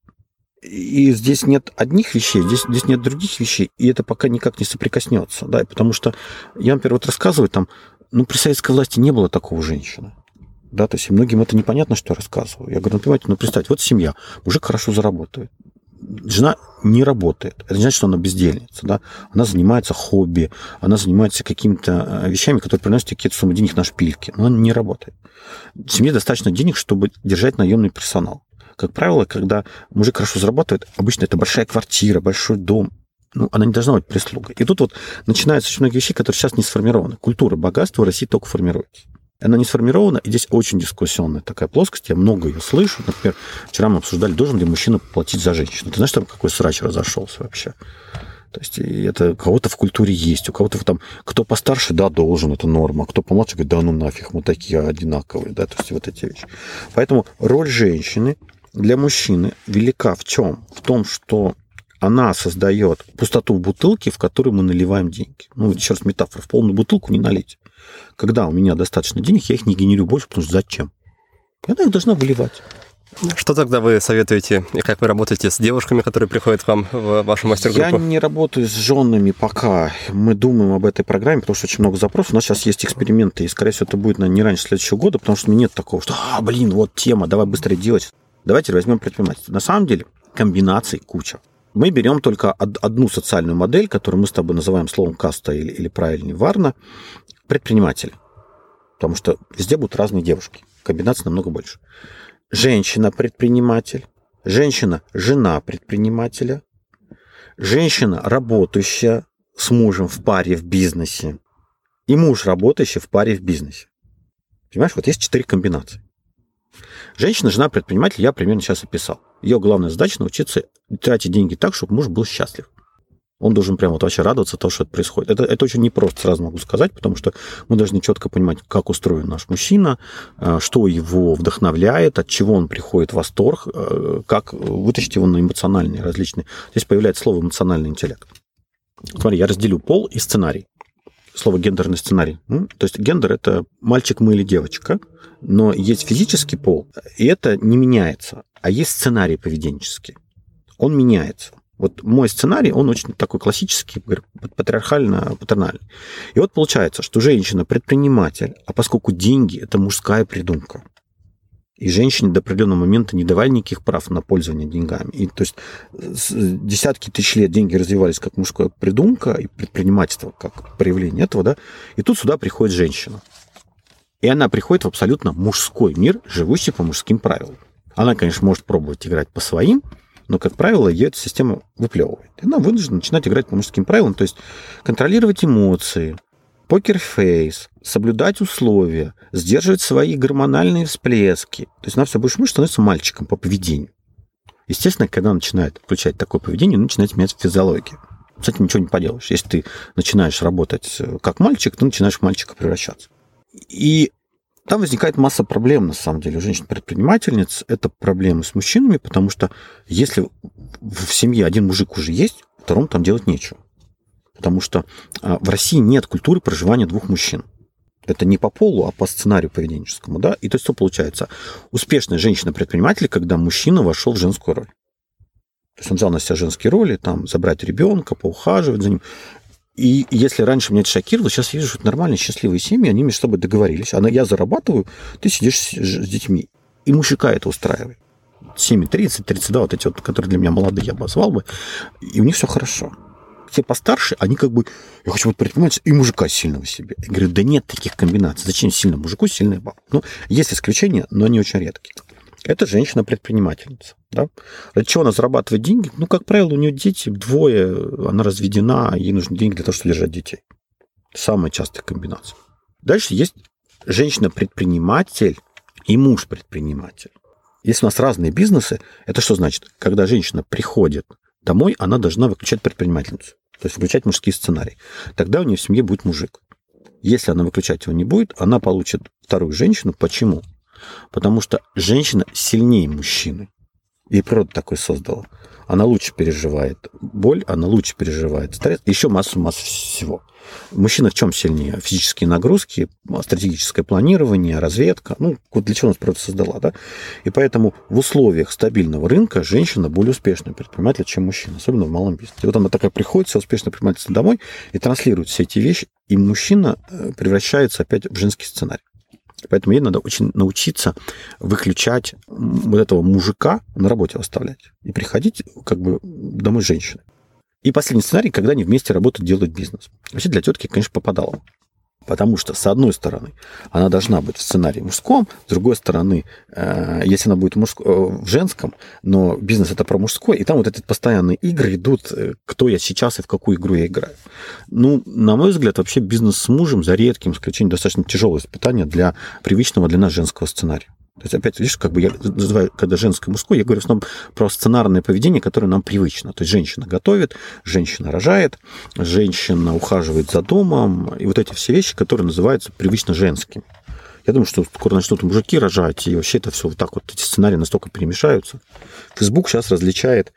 И здесь нет одних вещей, здесь нет других вещей, и это пока никак не соприкоснется. Да? Потому что я, например, вот рассказываю, там, при советской власти не было такого женщины. Да? То есть и многим это непонятно, что я рассказываю. Я говорю, понимаете, представьте, вот семья, мужик хорошо заработает, жена не работает. Это не значит, что она бездельница. Да? Она занимается хобби, она занимается какими-то вещами, которые приносят какие-то суммы денег на шпильки, но она не работает. Семье достаточно денег, чтобы держать наемный персонал. Как правило, когда мужик хорошо зарабатывает, обычно это большая квартира, большой дом. Она не должна быть прислугой. И тут вот начинаются очень многие вещи, которые сейчас не сформированы. Культура богатства в России только формируется. Она не сформирована, и здесь очень дискуссионная такая плоскость. Я много ее слышу. Например, вчера мы обсуждали, должен ли мужчина платить за женщину. Ты знаешь, там какой срач разошелся вообще? То есть это у кого-то в культуре есть, у кого-то там, кто постарше, да, должен, это норма, кто помладше, говорит, да ну нафиг, мы такие одинаковые, да, то есть вот эти вещи. Поэтому роль женщины для мужчины велика в чем? В том, что она создает пустоту в бутылке, в которую мы наливаем деньги. Еще раз метафора, в полную бутылку не налить. Когда у меня достаточно денег, я их не генерирую больше, потому что зачем? И она их должна выливать. Что тогда вы советуете и как вы работаете с девушками, которые приходят к вам в вашу мастер-группу? Я не работаю с женами пока. Мы думаем об этой программе, потому что очень много запросов. У нас сейчас есть эксперименты, и, скорее всего, это будет не раньше следующего года, потому что у меня нет такого, что, вот тема, давай быстрее делать. Давайте возьмем предпринимательство. На самом деле комбинаций куча. Мы берем только одну социальную модель, которую мы с тобой называем словом каста или правильнее варна, предприниматели. Потому что везде будут разные девушки. Комбинаций намного больше. Женщина-предприниматель, женщина-жена предпринимателя, женщина, работающая с мужем в паре в бизнесе, и муж, работающий в паре в бизнесе. Понимаешь, вот есть 4 комбинации. Женщина-жена предприниматель я примерно сейчас описал. Ее главная задача научиться тратить деньги так, чтобы муж был счастлив. Он должен прямо вообще радоваться тому, что это происходит. Это очень непросто, сразу могу сказать, потому что мы должны четко понимать, как устроен наш мужчина, что его вдохновляет, от чего он приходит в восторг, как вытащить его на эмоциональные различные. Здесь появляется слово эмоциональный интеллект. Смотри, я разделю пол и сценарий. Слово гендерный сценарий. То есть гендер – это мальчик мы или девочка, но есть физический пол, и это не меняется, а есть сценарий поведенческий. Он меняется. Вот мой сценарий, он очень такой классический, патриархально-патернальный. И вот получается, что женщина предприниматель, а поскольку деньги – это мужская придумка, и женщине до определенного момента не давали никаких прав на пользование деньгами. И, то есть десятки тысяч лет деньги развивались как мужская придумка, и предпринимательство как проявление этого, да, и тут сюда приходит женщина. И она приходит в абсолютно мужской мир, живущий по мужским правилам. Она, конечно, может пробовать играть по своим, но, как правило, ее эта система выплевывает. И она вынуждена начинать играть по мужским правилам, то есть контролировать эмоции, покерфейс, соблюдать условия, сдерживать свои гормональные всплески. То есть она все больше становится мальчиком по поведению. Естественно, когда она начинает включать такое поведение, начинает меняться физиология. С этим ничего не поделаешь. Если ты начинаешь работать как мальчик, ты начинаешь в мальчика превращаться. И там возникает масса проблем, на самом деле, у женщин-предпринимательниц. Это проблемы с мужчинами, потому что если в семье один мужик уже есть, второму там делать нечего. Потому что в России нет культуры проживания двух мужчин. Это не по полу, а по сценарию поведенческому. Да? И то есть что получается? Успешная женщина-предприниматель, когда мужчина вошел в женскую роль. То есть он взял на себя женские роли, там, забрать ребенка, поухаживать за ним. И если раньше меня это шокировало, сейчас я вижу, что нормальные, счастливые семьи, они между собой договорились. Я зарабатываю, ты сидишь с детьми. И мужика это устраивает. 7:30, 32, вот эти вот, которые для меня молодые, я бы назвал бы. И у них все хорошо. Те постарше, они как бы, я хочу быть предпринимателем, и мужика сильного себе. Я говорю, да нет таких комбинаций. Зачем сильному мужику, сильная баба? Ну, есть исключения, но они очень редкие. Это женщина-предпринимательница. Да? Ради чего она зарабатывает деньги? Ну, как правило, у нее дети, 2, она разведена, ей нужны деньги для того, чтобы держать детей. Самая частая комбинация. Дальше есть женщина-предприниматель и муж-предприниматель. Если у нас разные бизнесы, это что значит? Когда женщина приходит домой, она должна выключать предпринимательницу. То есть выключать мужские сценарии. Тогда у нее в семье будет мужик. Если она выключать его не будет, она получит вторую женщину. Почему? Потому что женщина сильнее мужчины. И природа такой создала. Она лучше переживает боль, она лучше переживает стресс. Еще массу всего. Мужчина в чем сильнее? Физические нагрузки, стратегическое планирование, разведка. Ну, вот для чего нас природа создала, да? И поэтому в условиях стабильного рынка женщина более успешный предприниматель, чем мужчина, особенно в малом бизнесе. И вот она такая приходит, вся успешная предпринимательница домой и транслирует все эти вещи, и мужчина превращается опять в женский сценарий. Поэтому ей надо очень научиться выключать вот этого мужика, на работе оставлять, и приходить как бы домой с женщиной. И последний сценарий, когда они вместе работают, делают бизнес. Вообще для тетки, конечно, попадало. Потому что, с одной стороны, она должна быть в сценарии мужском, с другой стороны, если она будет в женском, но бизнес это про мужской, и там вот эти постоянные игры идут, кто я сейчас и в какую игру я играю. Ну, на мой взгляд, вообще бизнес с мужем, за редким исключением, достаточно тяжелое испытание для привычного для нас женского сценария. То есть, опять, видишь, как бы я называю, когда женское и мужское, я говорю в основном про сценарное поведение, которое нам привычно. То есть, женщина готовит, женщина рожает, женщина ухаживает за домом, и вот эти все вещи, которые называются привычно женскими. Я думаю, что скоро начнут мужики рожать, и вообще это все вот так вот, эти сценарии настолько перемешаются. Facebook сейчас различает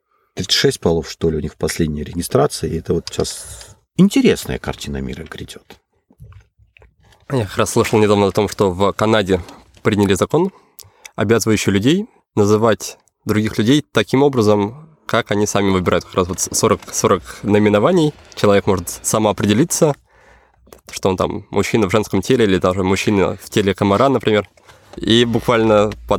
36 полов, что ли, у них в последней регистрации, и это вот сейчас интересная картина мира грядет. Я как раз слышал недавно о том, что в Канаде приняли закон, обязывающий людей называть других людей таким образом, как они сами выбирают. Как раз вот 40 наименований. Человек может самоопределиться, что он там мужчина в женском теле или даже мужчина в теле комара, например. И буквально под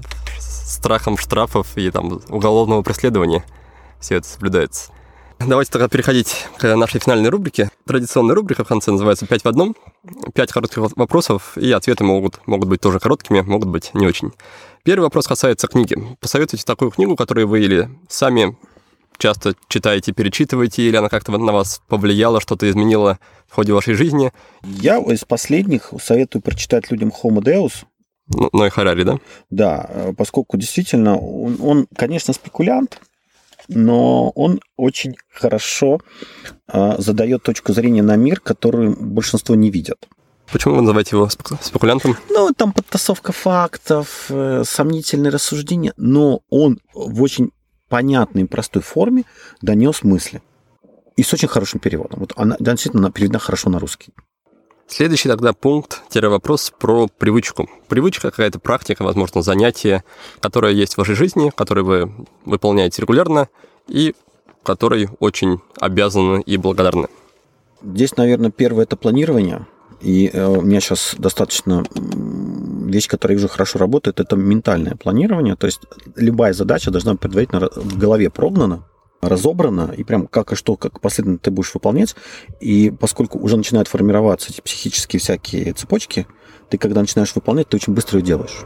страхом штрафов и там уголовного преследования все это соблюдается. Давайте тогда переходить к нашей финальной рубрике. Традиционная рубрика в конце называется «5 в одном». 5 коротких вопросов, и ответы могут быть тоже короткими, могут быть не очень. Первый вопрос касается книги. Посоветуйте такую книгу, которую вы или сами часто читаете, перечитываете, или она как-то на вас повлияла, что-то изменила в ходе вашей жизни. Я из последних советую прочитать людям Homo Deus. Ной Харари, да? Да, поскольку действительно он, конечно, спекулянт, но он очень хорошо задает точку зрения на мир, которую большинство не видят. Почему вы называете его спекулянтом? Ну, там подтасовка фактов, сомнительные рассуждения, но он в очень понятной и простой форме донес мысли. И с очень хорошим переводом. Вот она действительно переведена хорошо на русский. Следующий тогда пункт-вопрос про привычку. Привычка, какая-то практика, возможно, занятие, которое есть в вашей жизни, которое вы выполняете регулярно и которой очень обязаны и благодарны. Здесь, наверное, первое – это планирование. И у меня сейчас достаточно вещь, которая уже хорошо работает, это ментальное планирование. То есть любая задача должна быть предварительно в голове прогнана, разобрана, и прям как и что, как последовательно ты будешь выполнять. И поскольку уже начинают формироваться эти психические всякие цепочки, ты, когда начинаешь выполнять, ты очень быстро ее делаешь.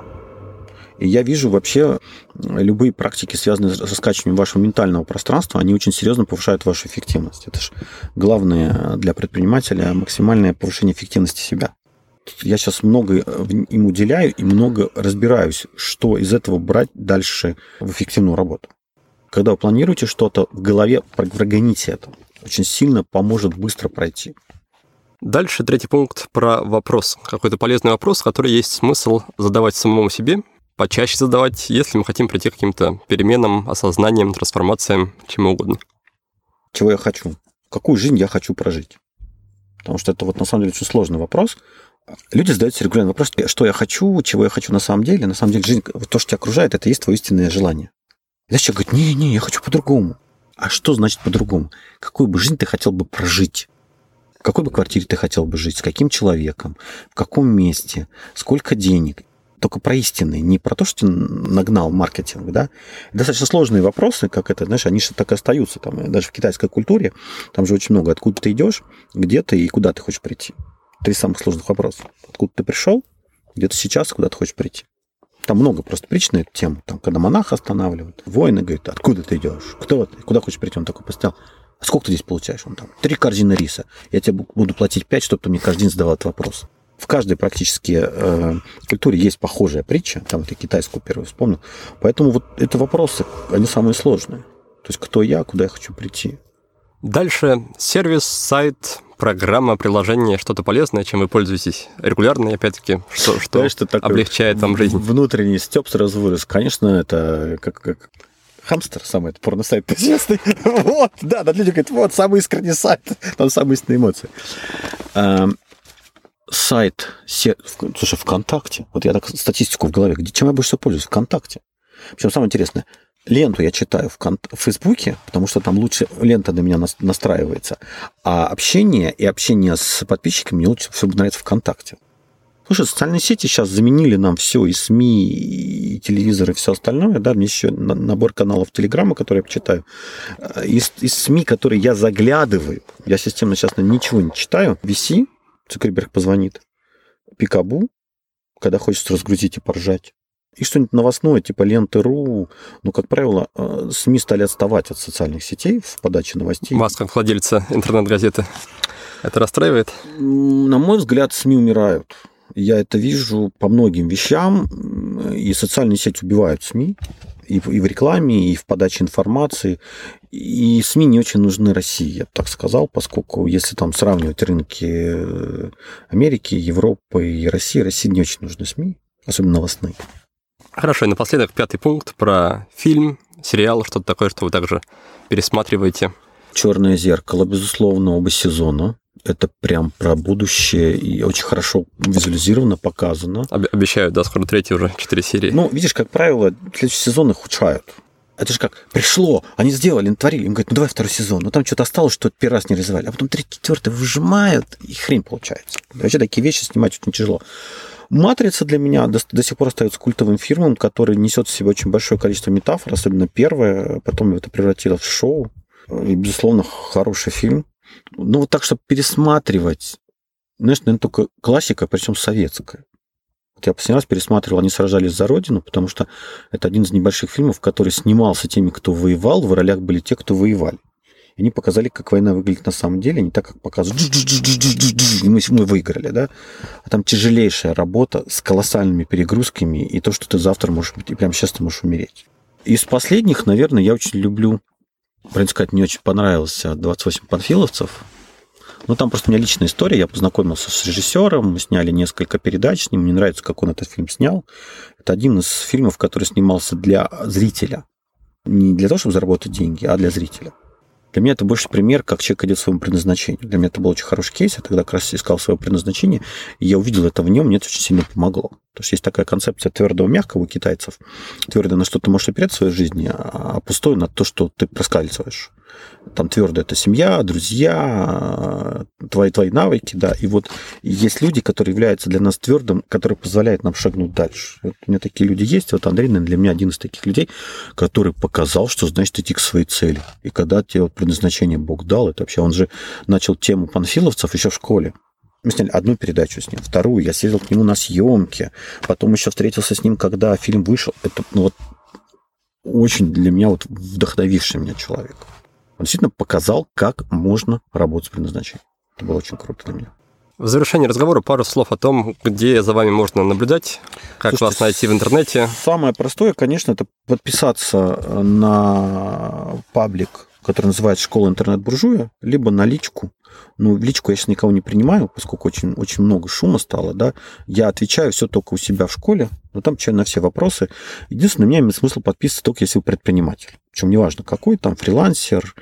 И я вижу вообще любые практики, связанные с раскачиванием вашего ментального пространства, они очень серьезно повышают вашу эффективность. Это же главное для предпринимателя максимальное повышение эффективности себя. Я сейчас много им уделяю и много разбираюсь, что из этого брать дальше в эффективную работу. Когда вы планируете что-то, в голове прогоните это. Очень сильно поможет быстро пройти. Дальше третий пункт про вопрос. Какой-то полезный вопрос, который есть смысл задавать самому себе, почаще задавать, если мы хотим прийти к каким-то переменам, осознаниям, трансформациям, чему угодно. Чего я хочу? Какую жизнь я хочу прожить? Потому что это вот на самом деле очень сложный вопрос. Люди задают себе регулярный вопрос, что я хочу, чего я хочу на самом деле. На самом деле жизнь, то, что тебя окружает, это и есть твое истинное желание. И дальше человек говорит, не, я хочу по-другому. А что значит по-другому? Какую бы жизнь ты хотел бы прожить? В какой бы квартире ты хотел бы жить? С каким человеком? В каком месте? Сколько денег? Только про истинные, не про то, что ты нагнал маркетинг, да. Достаточно сложные вопросы, как это, знаешь, они же так и остаются. Там, даже в китайской культуре, там же очень много. Откуда ты идешь, где ты и куда ты хочешь прийти? 3 самых сложных вопроса. Откуда ты пришел, где ты сейчас, куда ты хочешь прийти? Там много просто притч на эту тему. Там, когда монаха останавливают, воины говорят, откуда ты идешь, кто ты, куда хочешь прийти? Он такой поставил, а сколько ты здесь получаешь? Он там, 3 корзины риса. Я тебе буду платить 5, чтобы ты мне каждый день задавал этот вопрос. В каждой практически культуре есть похожая притча. Там вот я китайскую первую вспомнил. Поэтому вот эти вопросы, они самые сложные. То есть кто я, куда я хочу прийти. Дальше сервис, сайт, программа, приложение, что-то полезное, чем вы пользуетесь регулярно, и опять-таки, что облегчает вам жизнь. Внутренний стёб сразу вырос. Конечно, это как хамстер, самый это порно-сайт известный. Вот, да, люди говорят, вот, самый искренний сайт. Там самые истинные эмоции. Сайт, слушай, ВКонтакте. Вот я так статистику в голове. Чем я больше всего пользуюсь? ВКонтакте. Причем самое интересное, ленту я читаю в Фейсбуке, потому что там лучше лента на меня настраивается. А общение с подписчиками мне лучше всего нравится ВКонтакте. Слушай, социальные сети сейчас заменили нам все, и СМИ, и телевизор, и все остальное. Да, мне еще набор каналов Телеграма, которые я читаю. Из СМИ, которые я заглядываю, я системно сейчас ничего не читаю. VC, Цукерберг позвонит, Пикабу, когда хочется разгрузить и поржать. И что-нибудь новостное, типа Ленты.ру. Ну, как правило, СМИ стали отставать от социальных сетей в подаче новостей. Вас, как владельца интернет-газеты, это расстраивает? На мой взгляд, СМИ умирают. Я это вижу по многим вещам. И социальные сети убивают СМИ. И в рекламе, и в подаче информации. И СМИ не очень нужны России, я бы так сказал, поскольку если там сравнивать рынки Америки, Европы и России не очень нужны СМИ, особенно новостные. Хорошо, и напоследок 5-й пункт про фильм, сериал, что-то такое, что вы также пересматриваете. «Черное зеркало», безусловно, оба сезона. Это прям про будущее и очень хорошо визуализировано, показано. Обещают, да, скоро 3 уже, 4 серии. Ну, видишь, как правило, следующий сезон их ухудшают. Это же как, пришло, они сделали, натворили, им говорят, ну давай 2 сезон, но там что-то осталось, что первый раз не реализовали, а потом 3, 4 выжимают, и хрень получается. Вообще такие вещи снимать очень тяжело. «Матрица» для меня до сих пор остается культовым фильмом, который несет в себе очень большое количество метафор, особенно первое, потом это превратило в шоу. И, безусловно, хороший фильм. Ну, вот так, чтобы пересматривать, знаешь, наверное, только классика, причем советская. Я последний раз пересматривал «Они сражались за Родину», потому что это один из небольших фильмов, который снимался теми, кто воевал, в ролях были те, кто воевали. И они показали, как война выглядит на самом деле, не так, как показывают, и мы выиграли, да? А там тяжелейшая работа с колоссальными перегрузками, и то, что ты завтра можешь быть, и прямо сейчас ты можешь умереть. Из последних, наверное, я очень люблю, правильно сказать, мне очень понравился «28 панфиловцев». Ну, там просто у меня личная история. Я познакомился с режиссером, мы сняли несколько передач с ним. Мне нравится, как он этот фильм снял. Это один из фильмов, который снимался для зрителя. Не для того, чтобы заработать деньги, а для зрителя. Для меня это больше пример, как человек идет к своему предназначению. Для меня это был очень хороший кейс. Я тогда как раз искал свое предназначение, и я увидел это в нем, мне это очень сильно помогло. То есть есть такая концепция твердого мягкого у китайцев. Твердое, на что ты можешь опереться в своей жизни, а пустое на то, что ты проскальзываешь. Там твердо это семья, друзья, твои навыки, да. И вот есть люди, которые являются для нас твердым, которые позволяют нам шагнуть дальше. Вот у меня такие люди есть. Вот Андрей, наверное, для меня один из таких людей, который показал, что значит идти к своей цели. И когда тебе вот предназначение Бог дал, это вообще он же начал тему панфиловцев еще в школе. Мы сняли одну передачу с ним, вторую. Я съездил к нему на съемки. Потом еще встретился с ним, когда фильм вышел. Это вот очень для меня вот вдохновивший меня человек. Он действительно показал, как можно работать с предназначением. Это было очень круто для меня. В завершении разговора пару слов о том, где за вами можно наблюдать, как Слушайте, вас найти в интернете. Самое простое, конечно, это подписаться на паблик, который называется «Школа интернет-буржуя», либо на личку. Ну, в личку я сейчас никого не принимаю, поскольку очень, очень много шума стало, да. Я отвечаю все только у себя в школе, но там отвечаю на все вопросы. Единственное, у меня имеет смысл подписываться только если вы предприниматель. Причем неважно какой, там фрилансер,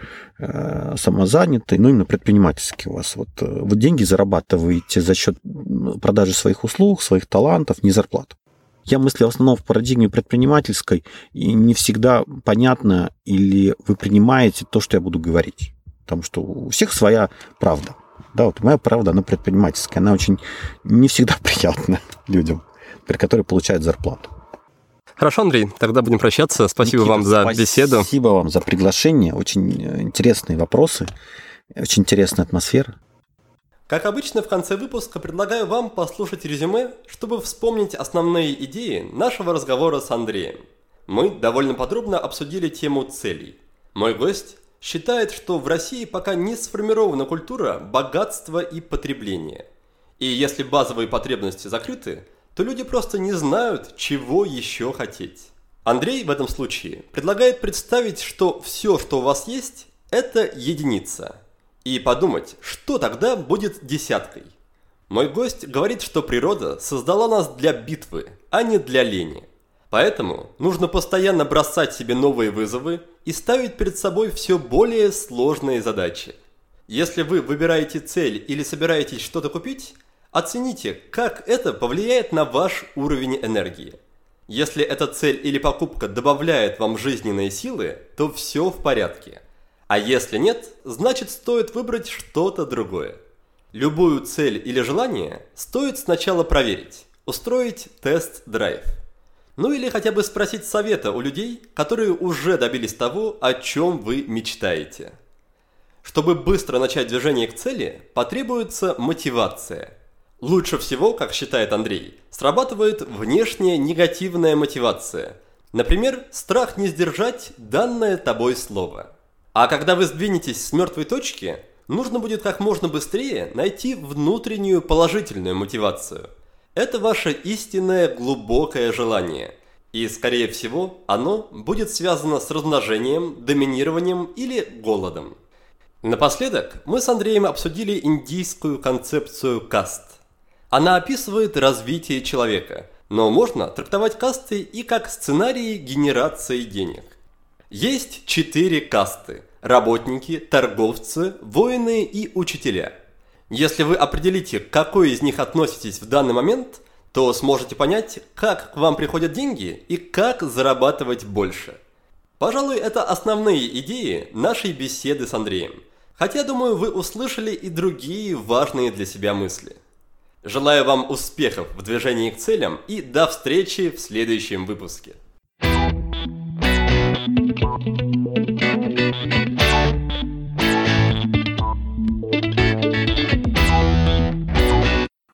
самозанятый, но именно предпринимательский у вас. Вот вы деньги зарабатываете за счет продажи своих услуг, своих талантов, не зарплат. Я мыслю в основном в парадигме предпринимательской, и не всегда понятно, или вы принимаете то, что я буду говорить. Потому что у всех своя правда. Да, вот моя правда, она предпринимательская. Она очень не всегда приятна людям, при которых получают зарплату. Хорошо, Андрей, тогда будем прощаться. Спасибо Никита, вам за беседу. Спасибо вам за приглашение. Очень интересные вопросы, очень интересная атмосфера. Как обычно, в конце выпуска предлагаю вам послушать резюме, чтобы вспомнить основные идеи нашего разговора с Андреем. Мы довольно подробно обсудили тему целей. Мой гость считает, что в России пока не сформирована культура богатства и потребления. И если базовые потребности закрыты, то люди просто не знают, чего еще хотеть. Андрей в этом случае предлагает представить, что все, что у вас есть, это единица. И подумать, что тогда будет десяткой. Мой гость говорит, что природа создала нас для битвы, а не для лени. Поэтому нужно постоянно бросать себе новые вызовы и ставить перед собой все более сложные задачи. Если вы выбираете цель или собираетесь что-то купить, оцените, как это повлияет на ваш уровень энергии. Если эта цель или покупка добавляет вам жизненные силы, то все в порядке. А если нет, значит стоит выбрать что-то другое. Любую цель или желание стоит сначала проверить, устроить тест-драйв. Ну или хотя бы спросить совета у людей, которые уже добились того, о чем вы мечтаете. Чтобы быстро начать движение к цели, потребуется мотивация. Лучше всего, как считает Андрей, срабатывает внешняя негативная мотивация. Например, страх не сдержать данное тобой слово. А когда вы сдвинетесь с мертвой точки, нужно будет как можно быстрее найти внутреннюю положительную мотивацию. Это ваше истинное глубокое желание. И, скорее всего, оно будет связано с размножением, доминированием или голодом. Напоследок, мы с Андреем обсудили индийскую концепцию каст. Она описывает развитие человека, но можно трактовать касты и как сценарии генерации денег. Есть 4 касты – работники, торговцы, воины и учителя. Если вы определите, к какой из них относитесь в данный момент, то сможете понять, как к вам приходят деньги и как зарабатывать больше. Пожалуй, это основные идеи нашей беседы с Андреем. Хотя, думаю, вы услышали и другие важные для себя мысли. Желаю вам успехов в движении к целям и до встречи в следующем выпуске.